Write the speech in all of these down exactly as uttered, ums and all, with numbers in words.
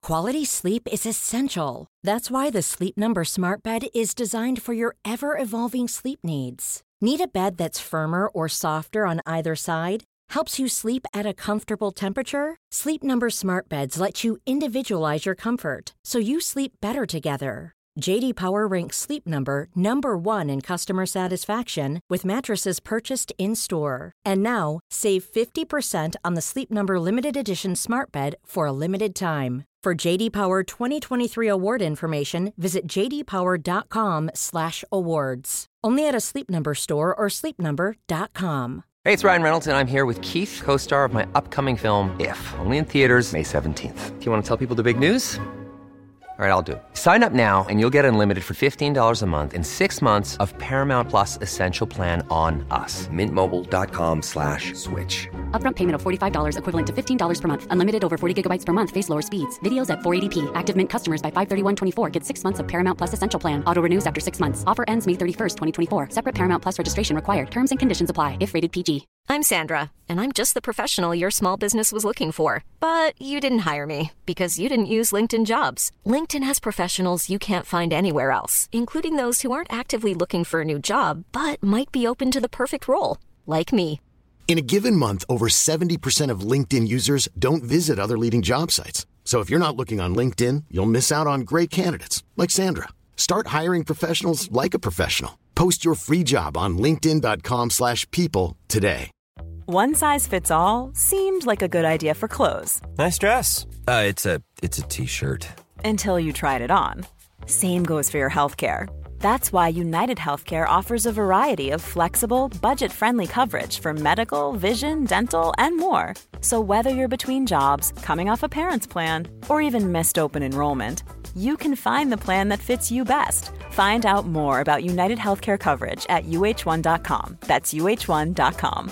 Quality sleep is essential. That's why the Sleep Number Smart Bed is designed for your ever-evolving sleep needs. Need a bed that's firmer or softer on either side? Helps you sleep at a comfortable temperature? Sleep Number Smart Beds let you individualize your comfort, so you sleep better together. J D Power ranks Sleep Number number one in customer satisfaction with mattresses purchased in-store. And now, save fifty percent on the Sleep Number Limited Edition Smart Bed for a limited time. For J D Power twenty twenty-three award information, visit j d power dot com slash awards. Only at a Sleep Number store or sleep number dot com. Hey, it's Ryan Reynolds, and I'm here with Keith, co-star of my upcoming film, If, only in theaters May seventeenth. Do you want to tell people the big news? All right, I'll do it. Sign up now and you'll get unlimited for fifteen dollars a month and six months of Paramount Plus Essential Plan on us. Mint Mobile dot com slash switch. Upfront payment of forty-five dollars equivalent to fifteen dollars per month. Unlimited over forty gigabytes per month. Face lower speeds. Videos at four eighty p. Active Mint customers by five thirty-one twenty-four get six months of Paramount Plus Essential Plan. Auto renews after six months. Offer ends May thirty-first, twenty twenty-four. Separate Paramount Plus registration required. Terms and conditions apply if rated P G. I'm Sandra, and I'm just the professional your small business was looking for. But you didn't hire me because you didn't use LinkedIn Jobs. LinkedIn has professionals you can't find anywhere else, including those who aren't actively looking for a new job, but might be open to the perfect role, like me. In a given month, over seventy percent of LinkedIn users don't visit other leading job sites. So if you're not looking on LinkedIn, you'll miss out on great candidates, like Sandra. Start hiring professionals like a professional. Post your free job on linkedin dot com slash people today. One size fits all seemed like a good idea for clothes. Nice dress. Uh, it's a it's a t-shirt. Until you tried it on. Same goes for your healthcare. That's why United Healthcare offers a variety of flexible, budget-friendly coverage for medical, vision, dental, and more. So whether you're between jobs, coming off a parent's plan, or even missed open enrollment, you can find the plan that fits you best. Find out more about United Healthcare coverage at u h one dot com. That's u h one dot com.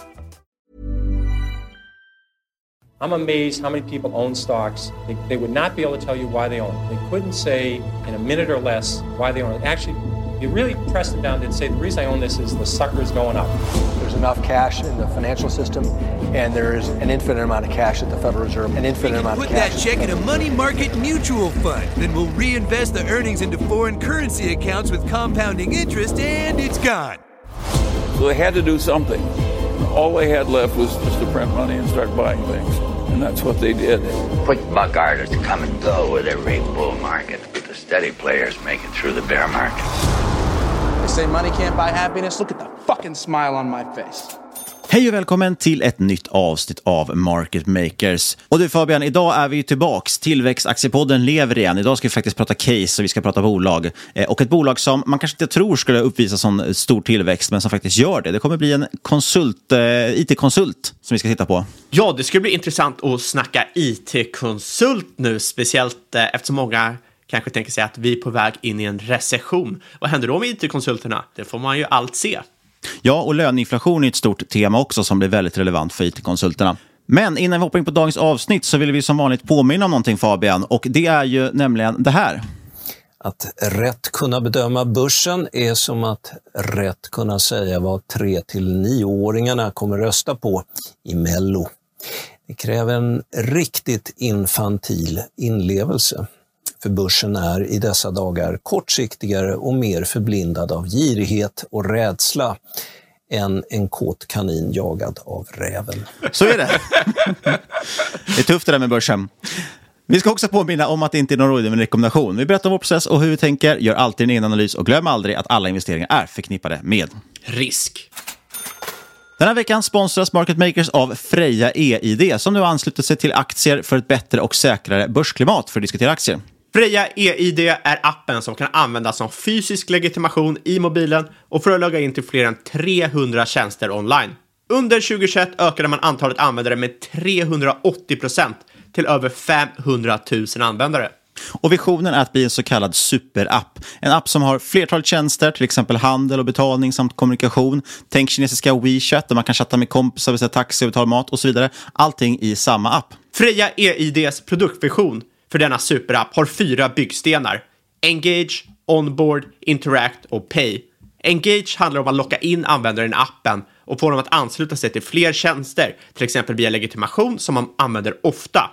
I'm amazed how many people own stocks. They, they would not be able to tell you why they own it. They couldn't say in a minute or less why they own it. Actually, you really press them down and say, the reason I own this is the sucker's going up. There's enough cash in the financial system, and there is an infinite amount of cash at the Federal Reserve, an infinite amount of cash. Put that check in a money market mutual fund. Then we'll reinvest the earnings into foreign currency accounts with compounding interest, and it's gone. So they had to do something. All they had left was just to print money and start buying things. And that's what they did. Quick buck artists come and go with every bull market, but the steady players make it through the bear market. They say money can't buy happiness. Look at the fucking smile on my face. Hej och välkommen till ett nytt avsnitt av Market Makers. Och du Fabian, idag är vi tillbaks. Tillväxtaktiepodden lever igen. Idag ska vi faktiskt prata case och vi ska prata bolag. Eh, och ett bolag som man kanske inte tror skulle uppvisa sån stor tillväxt, men som faktiskt gör det. Det kommer bli en konsult, eh, I T-konsult som vi ska titta på. Ja, det ska bli intressant att snacka I T-konsult nu, speciellt eh, eftersom många kanske tänker sig att vi är på väg in i en recession. Vad händer då med I T-konsulterna? Det får man ju allt se. Ja, och löneinflation är ett stort tema också som blir väldigt relevant för I T-konsulterna. Men innan vi hoppar in på dagens avsnitt så vill vi som vanligt påminna om någonting, Fabian. Och det är ju nämligen det här. Att rätt kunna bedöma börsen är som att rätt kunna säga vad tre till nioåringarna kommer rösta på i Mello. Det kräver en riktigt infantil inlevelse. För börsen är i dessa dagar kortsiktigare och mer förblindad av girighet och rädsla än en kåt kanin jagad av räven. Så är det. Det är tufft det där med börsen. Vi ska också påminna om att det inte är någon rådgivning rekommendation. Vi berättar om vår process och hur vi tänker, gör alltid en egen analys och glöm aldrig att alla investeringar är förknippade med risk. Den här veckan sponsras Market Makers av Freja E I D som nu ansluter sig till aktier för ett bättre och säkrare börsklimat för att diskutera aktier. Freja E I D är appen som kan användas som fysisk legitimation i mobilen och för att logga in till fler än trehundra tjänster online. Under tjugohundratjugoett ökade man antalet användare med trehundraåttio procent till över femhundratusen användare. Och visionen är att bli en så kallad superapp. En app som har flertal tjänster, till exempel handel och betalning samt kommunikation. Tänk kinesiska WeChat där man kan chatta med kompisar, beställa taxi och betala mat och så vidare. Allting i samma app. Freja E I Ds produktvision för denna superapp har fyra byggstenar. Engage, Onboard, Interact och Pay. Engage handlar om att locka in användare i appen och få dem att ansluta sig till fler tjänster, till exempel via legitimation som man använder ofta.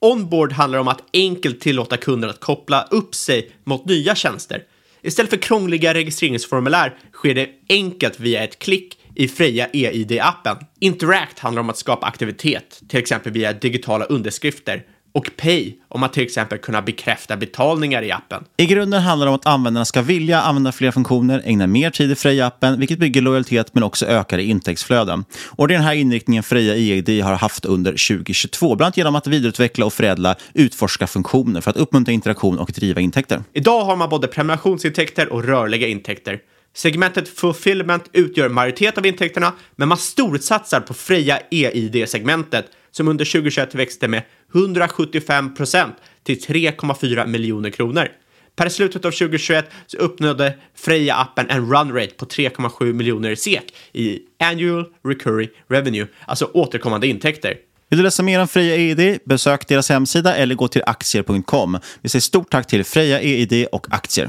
Onboard handlar om att enkelt tillåta kunder att koppla upp sig mot nya tjänster. Istället för krångliga registreringsformulär sker det enkelt via ett klick i Freja E I D-appen. Interact handlar om att skapa aktivitet, till exempel via digitala underskrifter. Och Pay om att till exempel kunna bekräfta betalningar i appen. I grunden handlar det om att användarna ska vilja använda fler funktioner, ägna mer tid i Freja-appen, vilket bygger lojalitet men också ökar intäktsflöden. Och det är den här inriktningen Freja E I D har haft under tjugo tjugotvå, bland annat genom att vidareutveckla och förädla utforska funktioner för att uppmuntra interaktion och driva intäkter. Idag har man både prenumerationsintäkter och rörliga intäkter. Segmentet Fulfillment utgör majoritet av intäkterna, men man storsatsar på Freja E I D-segmentet som under tjugo tjugoett växte med hundrasjuttiofem procent till tre komma fyra miljoner kronor. Per slutet av tjugo tjugoett så uppnådde Freja-appen en run rate på tre komma sju miljoner SEK i Annual Recurring Revenue, alltså återkommande intäkter. Vill du läsa mer om Freja E I D? Besök deras hemsida eller gå till aktier punkt com. Vi säger stort tack till Freja E I D och aktier.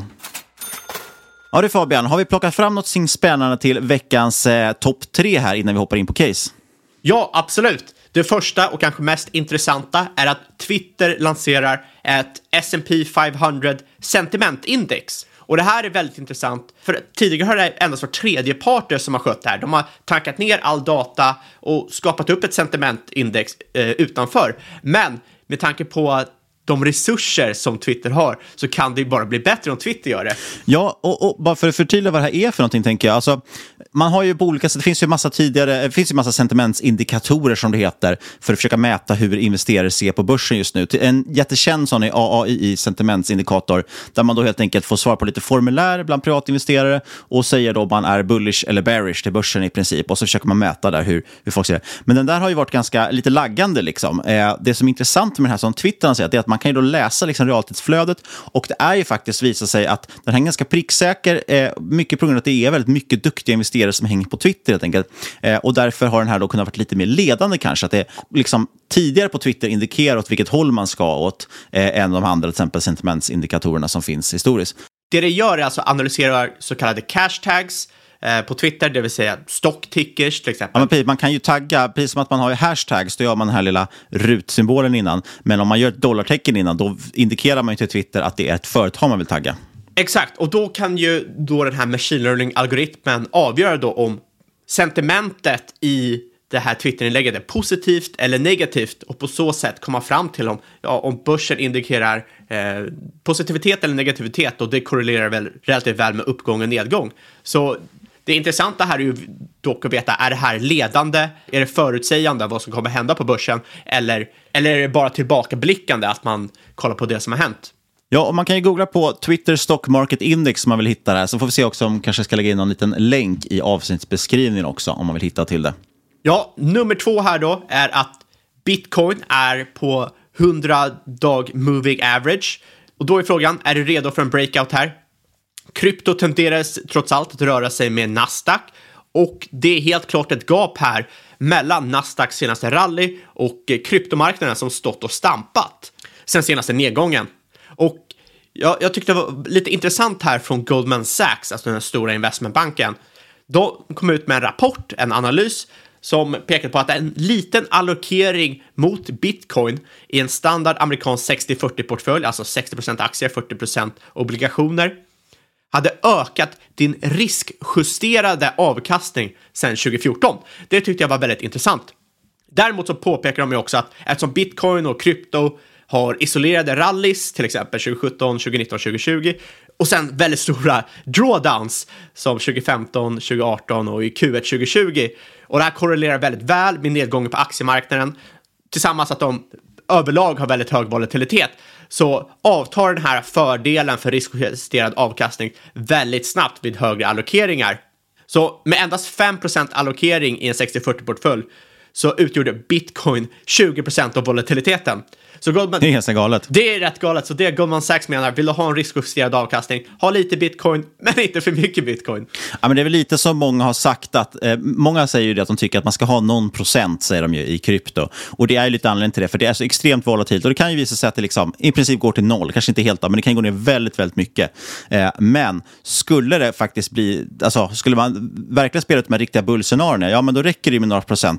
Ja du Fabian, har vi plockat fram något spännande till veckans eh, topp tre här innan vi hoppar in på case? Ja, absolut. Det första och kanske mest intressanta är att Twitter lanserar ett S and P femhundra sentimentindex. Och det här är väldigt intressant, för tidigare har det endast varit tredjeparter som har skött det här. De har tankat ner all data och skapat upp ett sentimentindex eh, utanför. Men med tanke på att de resurser som Twitter har så kan det bara bli bättre om Twitter gör det. Ja, och, och bara för att förtydliga vad det här är för någonting tänker jag. Alltså, man har ju på olika sätt, det finns ju massa tidigare, det finns ju massa sentimentsindikatorer som det heter för att försöka mäta hur investerare ser på börsen just nu. En jättekänd sån är A A I sentimentsindikator där man då helt enkelt får svar på lite formulär bland privatinvesterare och säger då om man är bullish eller bearish till börsen i princip och så försöker man mäta där hur, hur folk ser det. Men den där har ju varit ganska lite laggande liksom. Eh, det som är intressant med den här som Twitter säger är att man kan ju då läsa liksom realtidsflödet och det är ju faktiskt visar sig att den här är ganska pricksäker, eh, mycket på grund av att det är väldigt mycket duktiga investerare som hänger på Twitter helt enkelt. Eh, och därför har den här då kunnat vara lite mer ledande kanske, att det liksom tidigare på Twitter indikerar åt vilket håll man ska åt eh, än de andra till exempel sentimentsindikatorerna som finns historiskt. Det det gör är alltså analyserar så kallade cash tags på Twitter, det vill säga stocktickers till exempel. Ja, men precis, man kan ju tagga, precis som att man har ju hashtags, då gör man den här lilla rutsymbolen innan. Men om man gör ett dollartecken innan, då indikerar man ju till Twitter att det är ett företag man vill tagga. Exakt, och då kan ju då den här machine learning-algoritmen avgöra då om sentimentet i det här Twitter-inlägget är positivt eller negativt och på så sätt komma fram till om, ja, om börsen indikerar eh, positivitet eller negativitet, och det korrelerar väl relativt väl med uppgång och nedgång. Så det intressanta här är ju dock att veta, är det här ledande? Är det förutsägande vad som kommer hända på börsen? Eller, eller är det bara tillbakablickande att man kollar på det som har hänt? Ja, och man kan ju googla på Twitter Stock Market Index om man vill hitta det här. Så får vi se också om kanske ska lägga in någon liten länk i avsnittsbeskrivningen också om man vill hitta till det. Ja, nummer två här då är att Bitcoin är på hundra-dag moving average. Och då är frågan, är du redo för en breakout här? Krypto tenderar trots allt att röra sig med Nasdaq. Och det är helt klart ett gap här mellan Nasdaqs senaste rally och kryptomarknaden som stått och stampat sen senaste nedgången. Och ja, jag tyckte det var lite intressant här från Goldman Sachs, alltså den stora investmentbanken. De kom ut med en rapport, en analys, som pekar på att en liten allokering mot Bitcoin i en standard amerikansk sextio fyrtio portfölj, alltså sextio procent aktier, fyrtio procent obligationer, hade ökat din riskjusterade avkastning sedan tjugo fjorton. Det tyckte jag var väldigt intressant. Däremot så påpekar de ju också att eftersom Bitcoin och krypto har isolerade rallys, till exempel tjugo sjutton, tjugo nitton, tjugo tjugo, och sen väldigt stora drawdowns som tjugo femton, tjugo arton och i Q ett tjugo tjugo. Och det här korrelerar väldigt väl med nedgången på aktiemarknaden. Tillsammans att de överlag har väldigt hög volatilitet, så avtar den här fördelen för riskjusterad avkastning väldigt snabbt vid högre allokeringar. Så med endast fem procent allokering i en sextio fyrtio portfölj så utgjorde Bitcoin tjugo procent av volatiliteten. Så Goldman, det är ganska galet. Det är rätt galet. Så det Goldman Sachs menar, vill du ha en riskjusterad avkastning, ha lite Bitcoin, men inte för mycket Bitcoin. Ja, men det är väl lite som många har sagt att, eh, många säger ju det att de tycker att man ska ha någon procent, säger de ju, i krypto. Och det är ju lite anledning till det, för det är så extremt volatilt. Och det kan ju visa sig att det liksom i princip går till noll, kanske inte helt då, men det kan gå ner väldigt, väldigt mycket. Eh, men skulle det faktiskt bli, alltså skulle man verkligen spela ut med riktiga bullscenarierna, ja men då räcker det med några procent av portföljen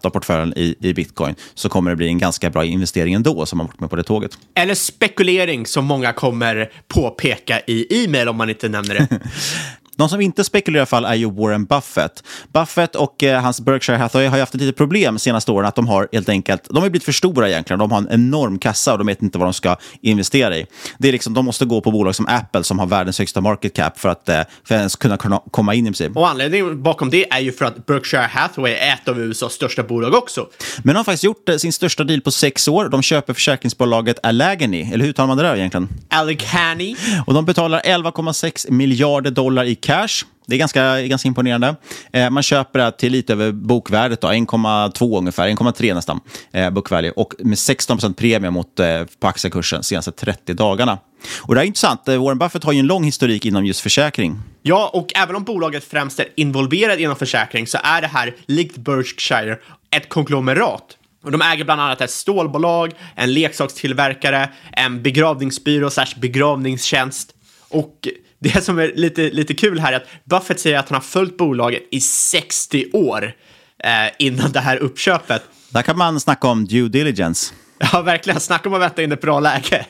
dollar i, i bitcoin, så kommer det bli en ganska bra investering ändå som har varit med på det tåget. Eller spekulering som många kommer påpeka i e-mail om man inte nämner det. De som inte spekulerar i alla fall är ju Warren Buffett. Buffett och eh, hans Berkshire Hathaway har ju haft ett litet problem senaste åren, att de har helt enkelt, de har blivit för stora egentligen. De har en enorm kassa och de vet inte vad de ska investera i. Det är liksom, de måste gå på bolag som Apple som har världens högsta market cap för att, eh, för att ens kunna, kunna komma in i sig. Och anledningen bakom det är ju för att Berkshire Hathaway är ett av U S A:s största bolag också. Men de har faktiskt gjort eh, sin största deal på sex år. De köper försäkringsbolaget Allegheny, eller hur tar man det där egentligen? Allegheny. Och de betalar elva komma sex miljarder dollar i cash. Det är ganska, ganska imponerande. Eh, man köper det till lite över bokvärdet då, en komma två ungefär, en komma tre nästan eh, bokvärde, och med sexton procent premie mot, eh, på aktiekursen senaste trettio dagarna. Och det är intressant, eh, Warren Buffett har ju en lång historik inom just försäkring. Ja, och även om bolaget främst är involverad inom försäkring så är det här, likt Berkshire, ett konglomerat. Och de äger bland annat ett stålbolag, en leksakstillverkare, en begravningsbyrå slash begravningstjänst. Och det som är lite, lite kul här är att Buffett säger att han har följt bolaget i sextio år eh, innan det här uppköpet. Där kan man snacka om due diligence. Ja, verkligen. Snacka om att vänta in ett bra läge.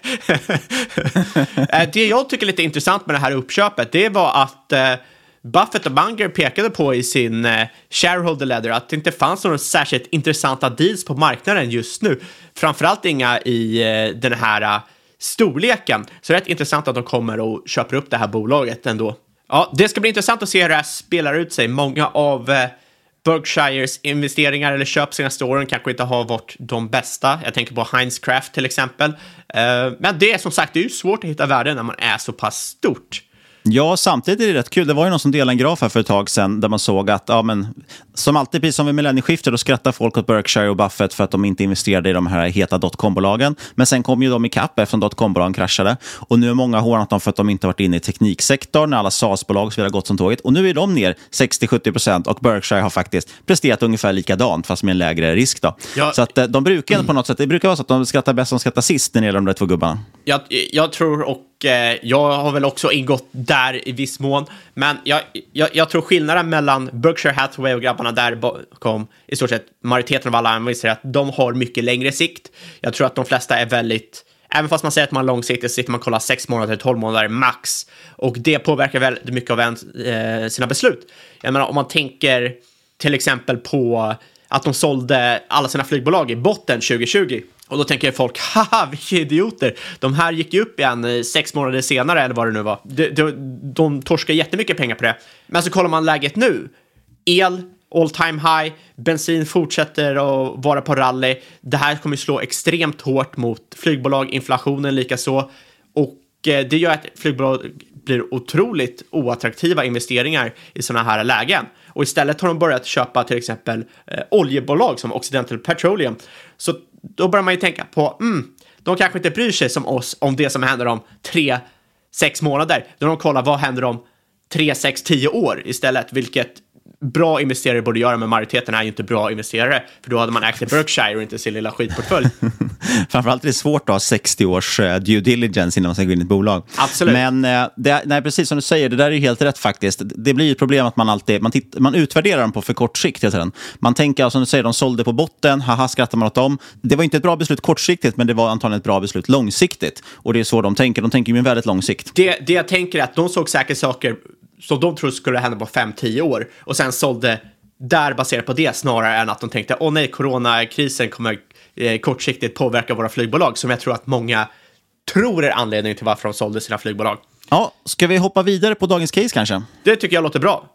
Det jag tycker är lite intressant med det här uppköpet, det var att eh, Buffett och Munger pekade på i sin eh, shareholder letter att det inte fanns några särskilt intressanta deals på marknaden just nu. Framförallt inga i eh, den här eh, storleken. Så det är rätt intressant att de kommer och köper upp det här bolaget ändå. Ja, det ska bli intressant att se hur det här spelar ut sig. Många av eh, Berkshires investeringar eller köp senaste åren kanske inte har varit de bästa. Jag tänker på Heinz Kraft till exempel. Eh, men det är som sagt, det är ju svårt att hitta värden när man är så pass stort. Ja, samtidigt är det rätt kul. Det var ju någon som delade en graf här för ett tag sedan där man såg att, ja men, som alltid precis som vid millennieskiftet, då skrattar folk åt Berkshire och Buffett för att de inte investerade i de här heta dotcom-bolagen. Men sen kom ju de i kapp eftersom dotcom-bolagen kraschade. Och nu är många hånat dem för att de inte varit inne i tekniksektorn när alla SaaS-bolag så vidare gått som tåget. Och nu är de ner sextio till sjuttio procent och Berkshire har faktiskt presterat ungefär likadant fast med en lägre risk då. Ja. Så att de brukar på något sätt, det brukar vara så att de skrattar bäst som skrattar sist när det gäller de där två gubbarna. Jag, jag tror och jag har väl också ingått där i viss mån, men jag, jag, jag tror skillnaden mellan Berkshire Hathaway och grabbarna där bakom, i stort sett majoriteten av alla anvisar att de har mycket längre sikt. Jag tror att de flesta är väldigt, även fast man säger att man är långsiktigt, så sitter man och kollar sex månader till tolv månader max, och det påverkar väldigt mycket av en, eh, sina beslut. Jag menar, om man tänker till exempel på att de sålde alla sina flygbolag i botten tjugo tjugo. Och då tänker folk, haha, vilka idioter. De här gick ju upp igen sex månader senare, eller vad det nu var. De, de, de torskar jättemycket pengar på det. Men så kollar man läget nu. El, all time high. Bensin fortsätter att vara på rally. Det här kommer slå extremt hårt mot flygbolag, inflationen likaså. Och det gör att flygbolag blir otroligt oattraktiva investeringar i sådana här lägen. Och istället har de börjat köpa till exempel eh, oljebolag som Occidental Petroleum. Så då börjar man ju tänka på, mm, de kanske inte bryr sig som oss om det som händer om tre, sex månader. Då de kollar vad händer om tre, sex, tio år istället, vilket bra investerare borde göra, men majoriteten är ju inte bra investerare, för då hade man ägt Berkshire och inte sin lilla skitportfölj. Framförallt är det svårt att ha sextio års uh, due diligence innan man ska gå in i ett bolag. Absolut. Men uh, det, nej, precis som du säger, det där är ju helt rätt faktiskt. Det blir ju ett problem att man alltid man, titt, man utvärderar dem på för kort sikt hela tiden. Man tänker, som du säger, de sålde på botten, haha, skrattar man åt dem. Det var inte ett bra beslut kortsiktigt, men det var antagligen ett bra beslut långsiktigt. Och det är så de tänker, de tänker ju med väldigt lång sikt. Det, det jag tänker är att de såg säkert saker som de tror skulle hända på fem till tio år och sen sålde där baserat på det, snarare än att de tänkte, åh nej, coronakrisen kommer eh, kortsiktigt påverka våra flygbolag, som jag tror att många tror är anledningen till varför de sålde sina flygbolag. Ja, ska vi hoppa vidare på dagens case kanske? Det tycker jag låter bra.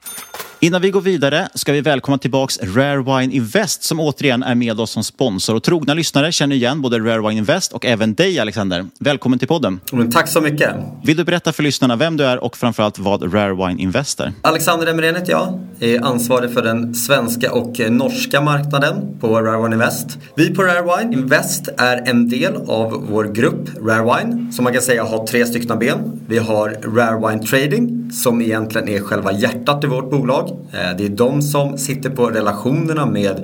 Innan vi går vidare ska vi välkomna tillbaks Rare Wine Invest som återigen är med oss som sponsor. Och trogna lyssnare känner igen både Rare Wine Invest och även dig, Alexander. Välkommen till podden. Men tack så mycket. Vill du berätta för lyssnarna vem du är och framförallt vad Rare Wine Invest är? Alexander Emrén heter jag. Är ansvarig för den svenska och norska marknaden på Rare Wine Invest. Vi på Rare Wine Invest är en del av vår grupp Rare Wine, som man kan säga har tre stycken ben. Vi har Rare Wine Trading, som egentligen är själva hjärtat i vårt bolag. Det är de som sitter på relationerna med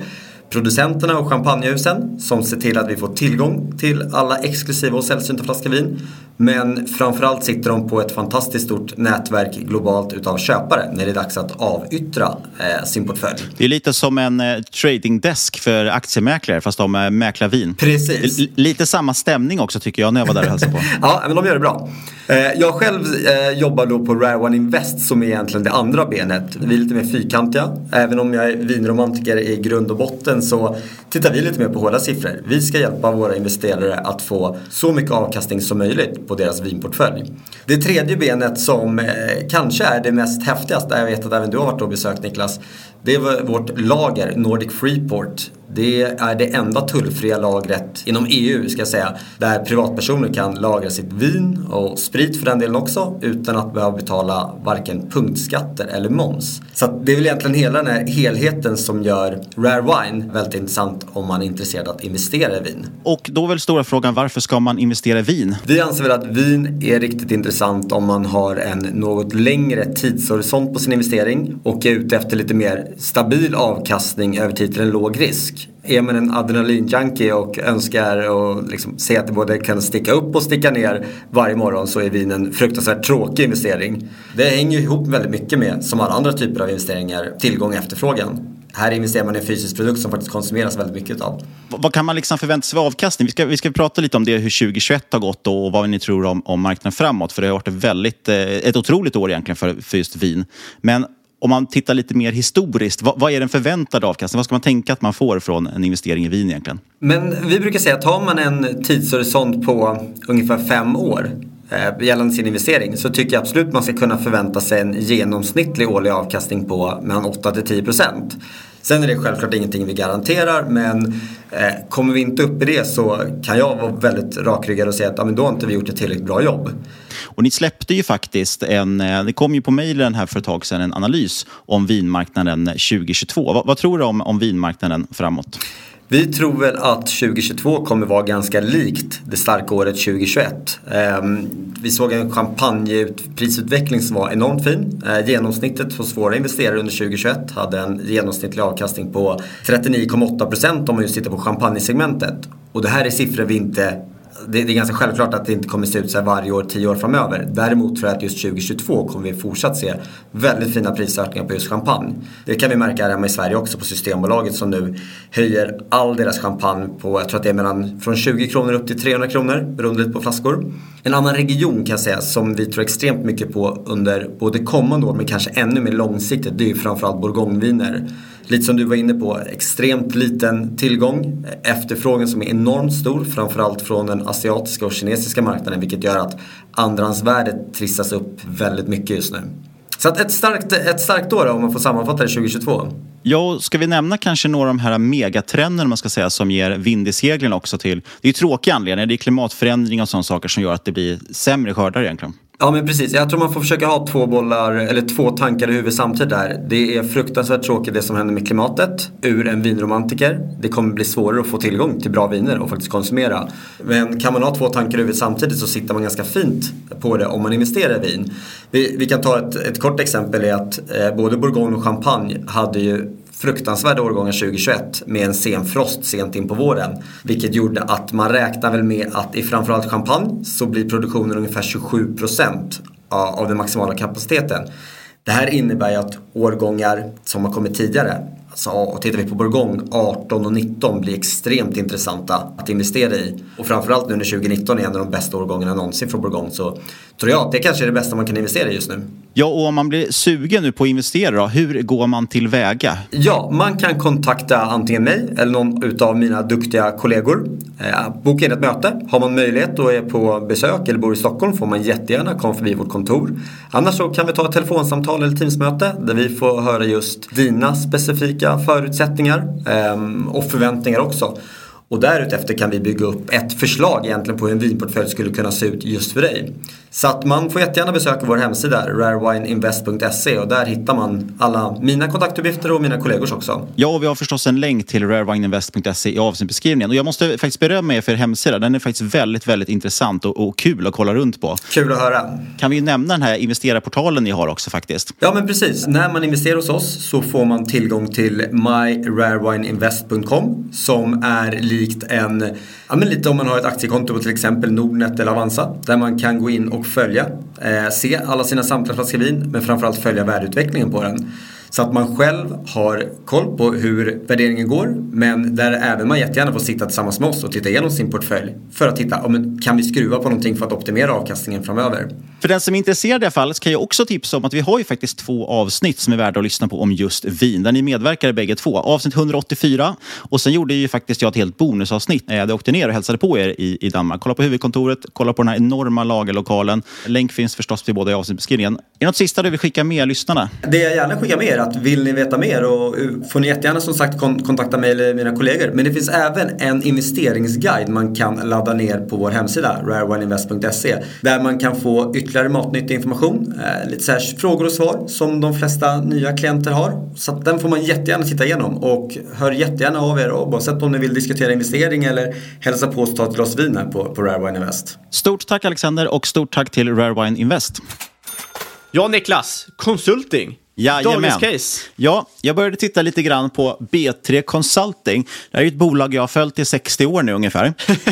producenterna och champagnehusen som ser till att vi får tillgång till alla exklusiva och sällsynta flaskor vin. Men framförallt sitter de på ett fantastiskt stort nätverk globalt utav köpare när det är dags att avyttra eh, sin portfölj. Det är lite som en eh, trading desk för aktiemäklare fast de eh, mäklar vin. Precis. L- lite samma stämning också tycker jag när jag var där och hälsade på. Ja, men de gör det bra. Eh, jag själv eh, jobbar då på Rare One Invest som är egentligen det andra benet. Vi är lite mer fyrkantiga. Även om jag är vinromantiker i grund och botten så tittar vi lite mer på hårda siffror. Vi ska hjälpa våra investerare att få så mycket avkastning som möjligt på deras vinportfölj. Det tredje benet som eh, kanske är det mest häftigaste, jag vet att även du har varit och besökt Niklas, det var vårt lager Nordic Freeport. Det är det enda tullfria lagret inom E U ska jag säga, där privatpersoner kan lagra sitt vin och sprit för den delen också utan att behöva betala varken punktskatter eller moms. Så att det är väl egentligen hela den här helheten som gör Rare Wine väldigt intressant om man är intresserad att investera i vin. Och då är väl stora frågan, varför ska man investera i vin? Vi anser väl att vin är riktigt intressant om man har en något längre tidshorisont på sin investering och är ute efter lite mer stabil avkastning över tid till en låg risk. Är man en adrenalinjunkie och önskar och liksom se att det både kan sticka upp och sticka ner varje morgon så är vin en fruktansvärt tråkig investering. Det hänger ihop väldigt mycket med, som alla andra typer av investeringar, tillgång och efterfrågan. Här investerar man i en fysisk produkt som faktiskt konsumeras väldigt mycket av. Vad kan man liksom förvänta sig av avkastning? Vi ska, vi ska prata lite om det, hur tjugohundratjugoett har gått och vad ni tror om, om marknaden framåt. För det har varit ett, väldigt, ett otroligt år egentligen för, för just vin. Men om man tittar lite mer historiskt, vad, vad är den förväntade avkastningen? Vad ska man tänka att man får från en investering i vin egentligen? Men vi brukar säga att har man en tidshorisont på ungefär fem år eh, gällande sin investering så tycker jag absolut man ska kunna förvänta sig en genomsnittlig årlig avkastning på mellan åtta till tio procent. Sen är det självklart ingenting vi garanterar, men eh, kommer vi inte upp i det så kan jag vara väldigt rakryggad och säga att ja, men då har inte vi gjort ett tillräckligt bra jobb. Och ni släppte ju faktiskt en, det kom ju på mejlen här för ett tag sedan en analys om vinmarknaden tjugohundratjugotvå. Vad, vad tror du om, om vinmarknaden framåt? Vi tror väl att tjugohundratjugotvå kommer vara ganska likt det starka året tjugohundratjugoett. Um, vi såg en champagneprisutveckling som var enormt fin. Uh, genomsnittet hos våra investerare under tjugohundratjugoett hade en genomsnittlig avkastning på trettionio komma åtta procent om man just tittar på champagnesegmentet. Och det här är siffror vi inte... Det är ganska självklart att det inte kommer se ut så här varje år, tio år framöver. Däremot tror jag att just tjugohundratjugotvå kommer vi fortsatt se väldigt fina prisökningar på just champagne. Det kan vi märka här hemma i Sverige också på Systembolaget som nu höjer all deras champagne på, jag tror att det är mellan från tjugo kronor upp till trehundra kronor, beroende lite på flaskor. En annan region kan jag säga som vi tror extremt mycket på under både kommande år men kanske ännu mer långsiktigt, det är ju framförallt bourgogneviner. Lite som du var inne på, extremt liten tillgång, efterfrågan som är enormt stor, framförallt från den asiatiska och kinesiska marknaden, vilket gör att andrahandsvärdet trissas upp väldigt mycket just nu. Så att ett starkt, ett starkt år om man får sammanfatta det tjugohundratjugotvå. Ja, ska vi nämna kanske några av de här megatrenderna man ska säga som ger vind i seglen också till. Det är ju tråkiga anledningar, det är klimatförändring och sådana saker som gör att det blir sämre skördar egentligen. Ja men precis, jag tror man får försöka ha två bollar eller två tankar i huvudet samtidigt där. Det är fruktansvärt tråkigt det som händer med klimatet ur en vinromantiker. Det kommer bli svårare att få tillgång till bra viner och faktiskt konsumera. Men kan man ha två tankar i huvudet samtidigt så sitter man ganska fint på det om man investerar i vin. Vi, vi kan ta ett, ett kort exempel är att eh, både Bourgogne och Champagne hade ju fruktansvärda årgångar tjugohundratjugoett med en sen frost sent in på våren. Vilket gjorde att man räknar väl med att i framförallt champagne så blir produktionen ungefär tjugosju procent av den maximala kapaciteten. Det här innebär ju att årgångar som har kommit tidigare, alltså, och tittar vi på Bourgogne, arton och nitton blir extremt intressanta att investera i. Och framförallt nu när tjugonitton är en av de bästa årgångarna någonsin från Bourgogne så tror jag att det kanske är det bästa man kan investera i just nu. Ja, och om man blir sugen nu på att investera då, hur går man tillväga? Ja, man kan kontakta antingen mig eller någon utav mina duktiga kollegor. Eh, boka in ett möte. Har man möjlighet och är på besök eller bor i Stockholm får man jättegärna komma förbi vårt kontor. Annars så kan vi ta ett telefonsamtal eller teamsmöte där vi får höra just dina specifika förutsättningar eh, och förväntningar också. Och därefter kan vi bygga upp ett förslag egentligen på hur en vinportfölj skulle kunna se ut just för dig. Så att man får jättegärna besöka vår hemsida rarewineinvest punkt se och där hittar man alla mina kontaktuppgifter och mina kollegors också. Ja, och vi har förstås en länk till rarewineinvest punkt se i avsnittbeskrivningen. Och jag måste faktiskt berömma er för er hemsida. Den är faktiskt väldigt, väldigt intressant och, och kul att kolla runt på. Kul att höra. Kan vi nämna den här investerarportalen ni har också faktiskt? Ja, men precis. När man investerar hos oss så får man tillgång till my rarewineinvest punkt com som är likt en, ja men lite om man har ett aktiekonto på till exempel Nordnet eller Avanza, där man kan gå in och följa, eh, se alla sina samtliga flaskor vin, men framförallt följa värdeutvecklingen på den. Så att man själv har koll på hur värderingen går, men där även man jättegärna får sitta tillsammans med oss och titta igenom sin portfölj för att titta, om kan vi skruva på någonting för att optimera avkastningen framöver. För den som är intresserad i det här fallet kan jag också tipsa om att vi har ju faktiskt två avsnitt som är värda att lyssna på om just vin, där ni medverkar i bägge två. Avsnitt hundraåttiofyra, och sen gjorde ju faktiskt jag ett helt bonusavsnitt. Jag åkte ner och hälsade på er i, i Danmark. Kolla på huvudkontoret, kolla på den här enorma lagerlokalen. Länk finns förstås till båda i avsnittbeskrivningen. Är det något sista du vill skicka med lyssnarna? Det jag gärna skickar med är att vill ni veta mer, och får ni jättegärna som sagt kontakta mig eller mina kollegor. Men det finns även en investeringsguide man kan ladda ner på vår hemsida rarewineinvest punkt se, där man kan få ytterligare matnyttig information, eh, lite så här frågor och svar som de flesta nya klienter har. Så att den får man jättegärna titta igenom, och hör jättegärna av er, oavsett om ni vill diskutera investering eller hälsa på oss ta ett glas vin här på, på Rarewine Invest. Stort tack Alexander, och stort tack till Rarewine Invest. Ja, Niklas, consulting. Jajamän. Dagens case. Ja, jag började titta lite grann på B tre Consulting. Det här är ett bolag jag har följt i sextio år nu ungefär.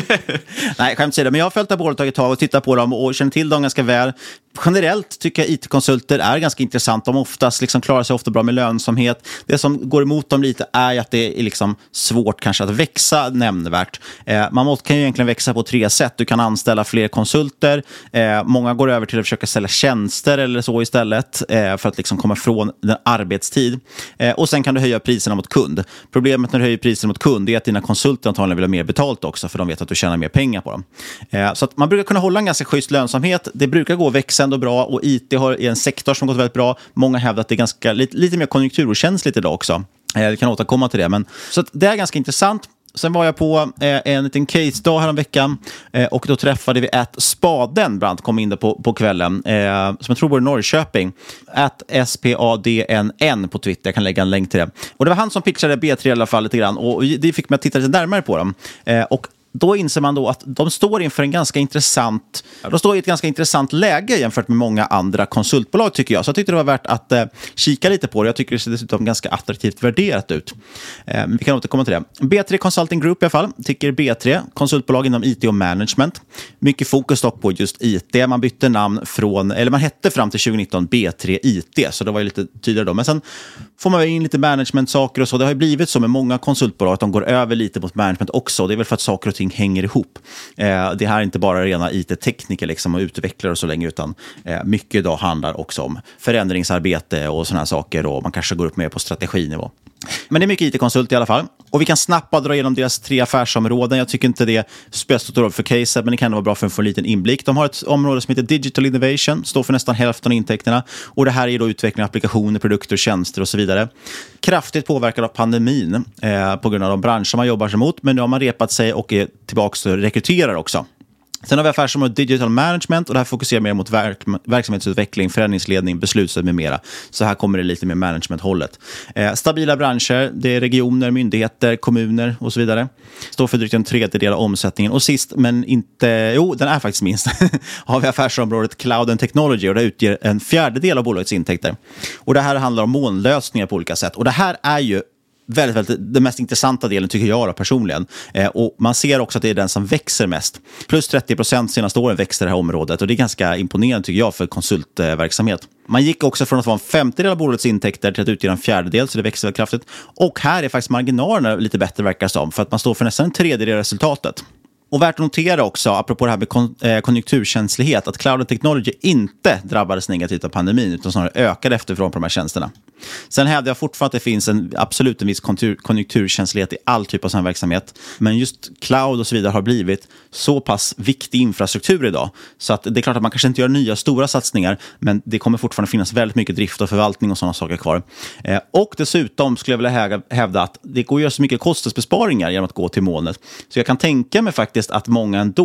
Nej, skämt åsido, men jag har följt det bolaget ett tag och tittat på dem och känner till dem ganska väl. Generellt tycker jag I T-konsulter är ganska intressant. De oftast liksom klarar sig ofta bra med lönsamhet. Det som går emot dem lite är att det är liksom svårt kanske att växa nämnvärt. Eh, man kan ju egentligen växa på tre sätt. Du kan anställa fler konsulter. Eh, många går över till att försöka sälja tjänster eller så istället eh, för att liksom komma från den arbetstid. Eh, och sen kan du höja priserna mot kund. Problemet när du höjer priserna mot kund är att dina konsulter antagligen vill ha mer betalt också, för de vet att du tjänar mer pengar på dem. Eh, så att man brukar kunna hålla en ganska schysst lönsamhet. Det brukar gå att växa ändå bra, och I T har en sektor som gått väldigt bra. Många hävdar att det är ganska, lite, lite mer konjunkturkänsligt idag också. Eh, vi kan återkomma till det. Men, så att det är ganska intressant. Sen var jag på eh, en liten case-dag här om veckan eh, och då träffade vi att Spaden Brandt kom in där på, på kvällen eh, som jag tror var i Norrköping. Att S P A D N N på Twitter, jag kan lägga en länk till det. Och det var han som pitchade B tre i alla fall lite grann, och det fick mig att titta lite närmare på dem. Eh, och då inser man då att de står inför en ganska intressant, de står i ett ganska intressant läge jämfört med många andra konsultbolag tycker jag. Så jag tyckte det var värt att eh, kika lite på det. Jag tycker det ser dessutom ganska attraktivt värderat ut. Eh, vi kan återkomma till det. B tre Consulting Group i alla fall, tycker B tre, konsultbolag inom I T och management. Mycket fokus dock på just I T. Man bytte namn från, eller man hette fram till tjugonitton B tre I T, så det var ju lite tydligare då. Men sen får man in lite management-saker och så. Det har ju blivit så med många konsultbolag att de går över lite mot management också. Det är väl för att saker och ting hänger ihop. Eh, det här är inte bara rena I T-tekniker liksom och utvecklare och så länge, utan eh, mycket idag handlar också om förändringsarbete och sådana här saker, och man kanske går upp mer på strateginivå. Men det är mycket I T-konsult i alla fall. Och vi kan snabbt dra igenom deras tre affärsområden. Jag tycker inte det spelar stor roll för caset, men det kan vara bra för att få en liten inblick. De har ett område som heter Digital Innovation, står för nästan hälften av intäkterna. Och det här är då utveckling av applikationer, produkter, tjänster och så vidare. Kraftigt påverkad av pandemin eh, på grund av de branscher man jobbar sig mot. Men nu har man repat sig och är tillbaka och rekryterar också. Sen har vi affärsområdet Digital Management, och det här fokuserar mer mot verk, verksamhetsutveckling, förändringsledning, beslutsstöd med mera. Så här kommer det lite mer management-hållet. Eh, stabila branscher, det är regioner, myndigheter, kommuner och så vidare. Står för drygt en tredjedel av omsättningen. Och sist, men inte, jo, den är faktiskt minst, har vi affärsområdet Cloud and Technology, och det utgör en fjärdedel av bolagets intäkter. Och det här handlar om molnlösningar på olika sätt. Och det här är ju väldigt, väldigt, den mest intressanta delen tycker jag då, personligen. Eh, och man ser också att det är den som växer mest. Plus trettio procent senaste åren växer det här området, och det är ganska imponerande tycker jag för konsultverksamhet. Man gick också från att vara en femtedel av bolagets intäkter till att utgöra en fjärdedel, så det växer väldigt kraftigt. Och här är faktiskt marginalerna lite bättre verkar som, för att man står för nästan en tredjedel av resultatet. Och värt att notera också, apropå det här med kon- eh, konjunkturkänslighet, att Cloud and Technology inte drabbades negativt av pandemin, utan snarare ökade efterfrågan på de här tjänsterna. Sen hävdar jag fortfarande att det finns en absolut en viss kontur- konjunkturkänslighet i all typ av sån här verksamhet. Men just cloud och så vidare har blivit så pass viktig infrastruktur idag. Så att det är klart att man kanske inte gör nya stora satsningar, men det kommer fortfarande finnas väldigt mycket drift och förvaltning och sådana saker kvar. Eh, och dessutom skulle jag vilja hävda att det går att göra så mycket kostnadsbesparingar genom att gå till molnet. Så jag kan tänka mig faktiskt att många ändå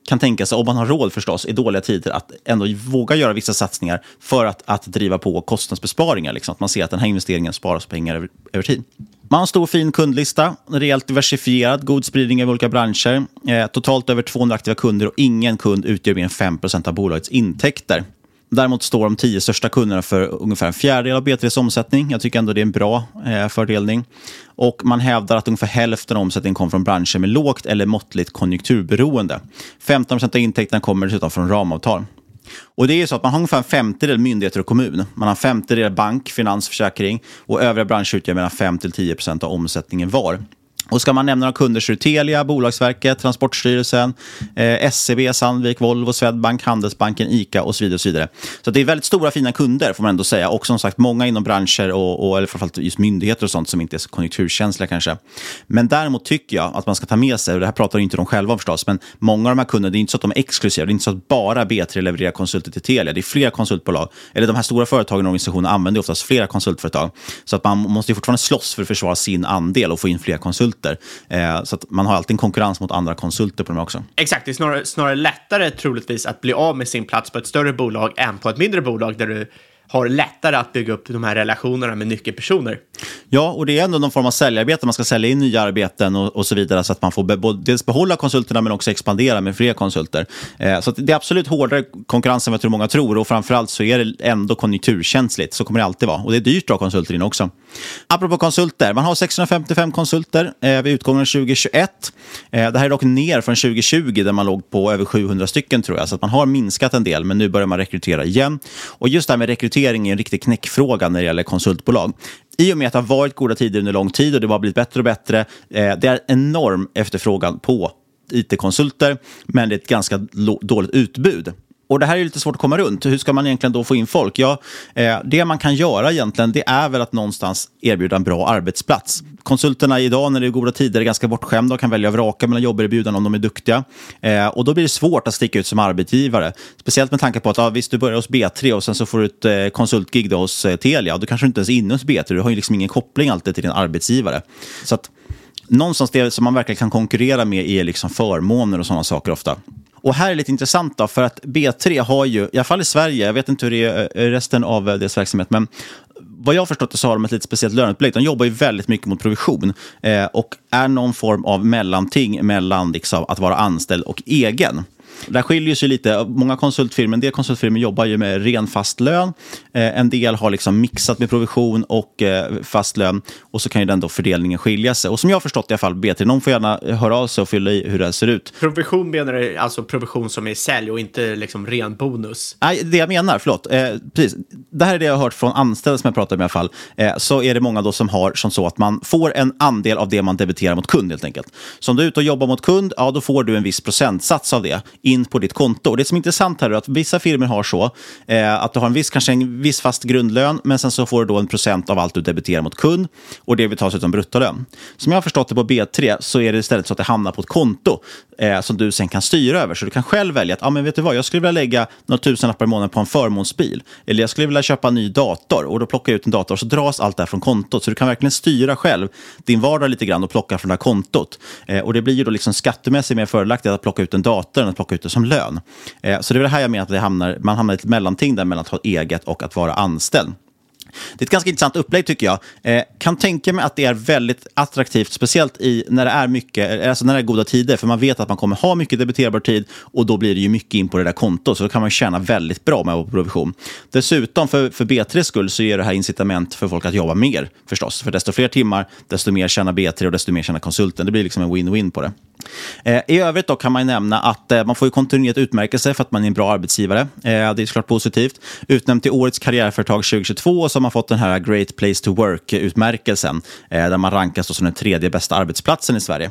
kan tänka sig, om man har råd förstås i dåliga tider, att ändå våga göra vissa satsningar för att, att driva på kostnadsbesparingar. Liksom. Att man ser att den här investeringen sparas pengar över, över tid. Man har en stor fin kundlista, rejält diversifierad, god spridning över olika branscher. Eh, totalt över tvåhundra aktiva kunder och ingen kund utgör mer än fem procent av bolagets intäkter. Däremot står de tio största kunderna för ungefär en fjärdedel av B tres omsättning. Jag tycker ändå det är en bra eh, fördelning. Och man hävdar att ungefär hälften av omsättningen kommer från branscher med lågt eller måttligt konjunkturberoende. femton procent av intäkterna kommer dessutom från ramavtal. Och det är så att man har ungefär en femtedel myndigheter och kommun. Man har en femtedel bank, finans, försäkring och övriga branscher utgör mellan fem till tio procent av omsättningen var. Och ska man nämna några kunder så är det Telia, Bolagsverket, Transportstyrelsen, eh, S C B, Sandvik, Volvo, Swedbank, Handelsbanken, ICA och så vidare. Och så vidare. Så det är väldigt stora fina kunder får man ändå säga. Och som sagt många inom branscher och, och eller framförallt just myndigheter och sånt som inte är så konjunkturkänsliga kanske. Men däremot tycker jag att man ska ta med sig, och det här pratar inte de själva om förstås, men många av de här kunderna, det är inte så att de är exklusiva. Det är inte så att bara B tre levererar konsulter till Telia. Det är flera konsultbolag. Eller de här stora företagen och organisationerna använder oftast flera konsultföretag. Så att man måste ju fortfarande slåss för att försvara sin andel och få in fler konsulter. Eh, så att man har alltid en konkurrens mot andra konsulter på dem också. Exakt, det är snarare, snarare lättare troligtvis att bli av med sin plats på ett större bolag än på ett mindre bolag där du har lättare att bygga upp de här relationerna med nyckelpersoner. Ja, och det är ändå någon form av säljarbete. Man ska sälja in nya arbeten och, och så vidare så att man får be, både, dels behålla konsulterna men också expandera med fler konsulter. Eh, så att det är absolut hårdare konkurrens än vad jag tror många tror, och framförallt så är det ändå konjunkturkänsligt. Så kommer det alltid vara. Och det är dyrt att ha konsulter in också. Apropå konsulter, man har sexhundrafemtiofem konsulter eh, vid utgången tjugo tjugoett. Eh, det här är dock ner från tjugo tjugo där man låg på över sjuhundra stycken tror jag. Så att man har minskat en del, men nu börjar man rekrytera igen. Och just det här med rekrytering är en riktig knäckfråga när det gäller konsultbolag. I och med att det har varit goda tider under lång tid och det har blivit bättre och bättre. Eh, det är enorm efterfrågan på I T-konsulter, men det är ett ganska lo- dåligt utbud. Och det här är lite svårt att komma runt. Hur ska man egentligen då få in folk? Ja, eh, det man kan göra egentligen, det är väl att någonstans erbjuda en bra arbetsplats. Konsulterna idag när det är goda tider är ganska bortskämda och kan välja att vraka mellan jobberbjudanden om de är duktiga. Eh, och då blir det svårt att sticka ut som arbetsgivare. Speciellt med tanke på att ja, visst, du börjar hos B tre och sen så får du ett eh, konsultgig då hos eh, Telia. Och du kanske inte ens är inne hos B tre. Du har ju liksom ingen koppling alltid till din arbetsgivare. Så att någonstans det som man verkligen kan konkurrera med är liksom förmåner och sådana saker ofta. Och här är lite intressant då, för att B tre har ju, i alla fall i Sverige, jag vet inte hur det är resten av deras verksamhet, men vad jag har förstått så har de ett lite speciellt löneupplägg. De jobbar ju väldigt mycket mot provision eh, och är någon form av mellanting mellan liksom, att vara anställd och egen. Där skiljer sig lite. Många konsultfirmor, en del konsultfirmor jobbar ju med ren fast lön. Eh, en del har liksom mixat med provision och eh, fast lön. Och så kan ju den då fördelningen skilja sig. Och som jag har förstått i alla fall B tre, någon får gärna höra av sig och fylla i hur det ser ut. Provision menar du alltså provision som är sälj och inte liksom ren bonus? Nej, det jag menar, förlåt. Eh, precis. Det här är det jag har hört från anställda som jag pratar med i alla fall. Eh, så är det många då som har som så att man får en andel av det man debiterar mot kund helt enkelt. Så om du är ute och jobbar mot kund, ja då får du en viss procentsats av det in på ditt konto. Och det som är intressant här är att vissa firmor har så eh, att du har en viss, kanske en viss fast grundlön, men sen så får du då en procent av allt du debiterar mot kund och det betalas ut som bruttolön. Som jag har förstått det på B tre så är det istället så att det hamnar på ett konto eh, som du sen kan styra över. Så du kan själv välja att, ja ah, men vet du vad, jag skulle vilja lägga några tusenlappar i månaden på en förmånsbil. Eller jag skulle vilja köpa en ny dator och då plockar jag ut en dator och så dras allt det här från kontot. Så du kan verkligen styra själv din vardag lite grann och plocka från det här kontot. Eh, och det blir ju då liksom skattemässigt mer fördelaktigt att plocka ut en dator än att plocka ut det som lön. Eh, så det är det här jag menar att det hamnar, man hamnar i ett mellanting där mellan att ha eget och att vara anställd. Det är ett ganska intressant upplägg tycker jag. Eh, kan tänka mig att det är väldigt attraktivt, speciellt i när det är mycket, alltså när det är goda tider, för man vet att man kommer ha mycket debiterbar tid och då blir det ju mycket in på det där kontot, så då kan man tjäna väldigt bra med provision. Dessutom för, för B tres skull så är det här incitament för folk att jobba mer förstås, för desto fler timmar, desto mer tjänar B tre och desto mer tjänar konsulten. Det blir liksom en win-win på det. Eh, I övrigt då kan man nämna att eh, man får ju kontinuerligt utmärkelse för att man är en bra arbetsgivare. Eh, det är såklart positivt. Utnämnt till årets karriärföretag tjugo tjugotvå och så har man fått den här Great Place to Work-utmärkelsen eh, där man rankas då som den tredje bästa arbetsplatsen i Sverige.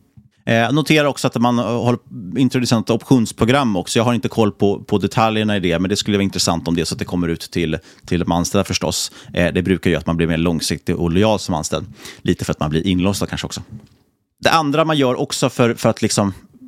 Eh, noterar också att man har introducerat ett optionsprogram också. Jag har inte koll på, på detaljerna i det, men det skulle vara intressant om det så att det kommer ut till, till de anställda förstås. Eh, det brukar ju att man blir mer långsiktig och lojal som anställd. Lite för att man blir inlåst kanske också. Det andra man gör också för, för att liksom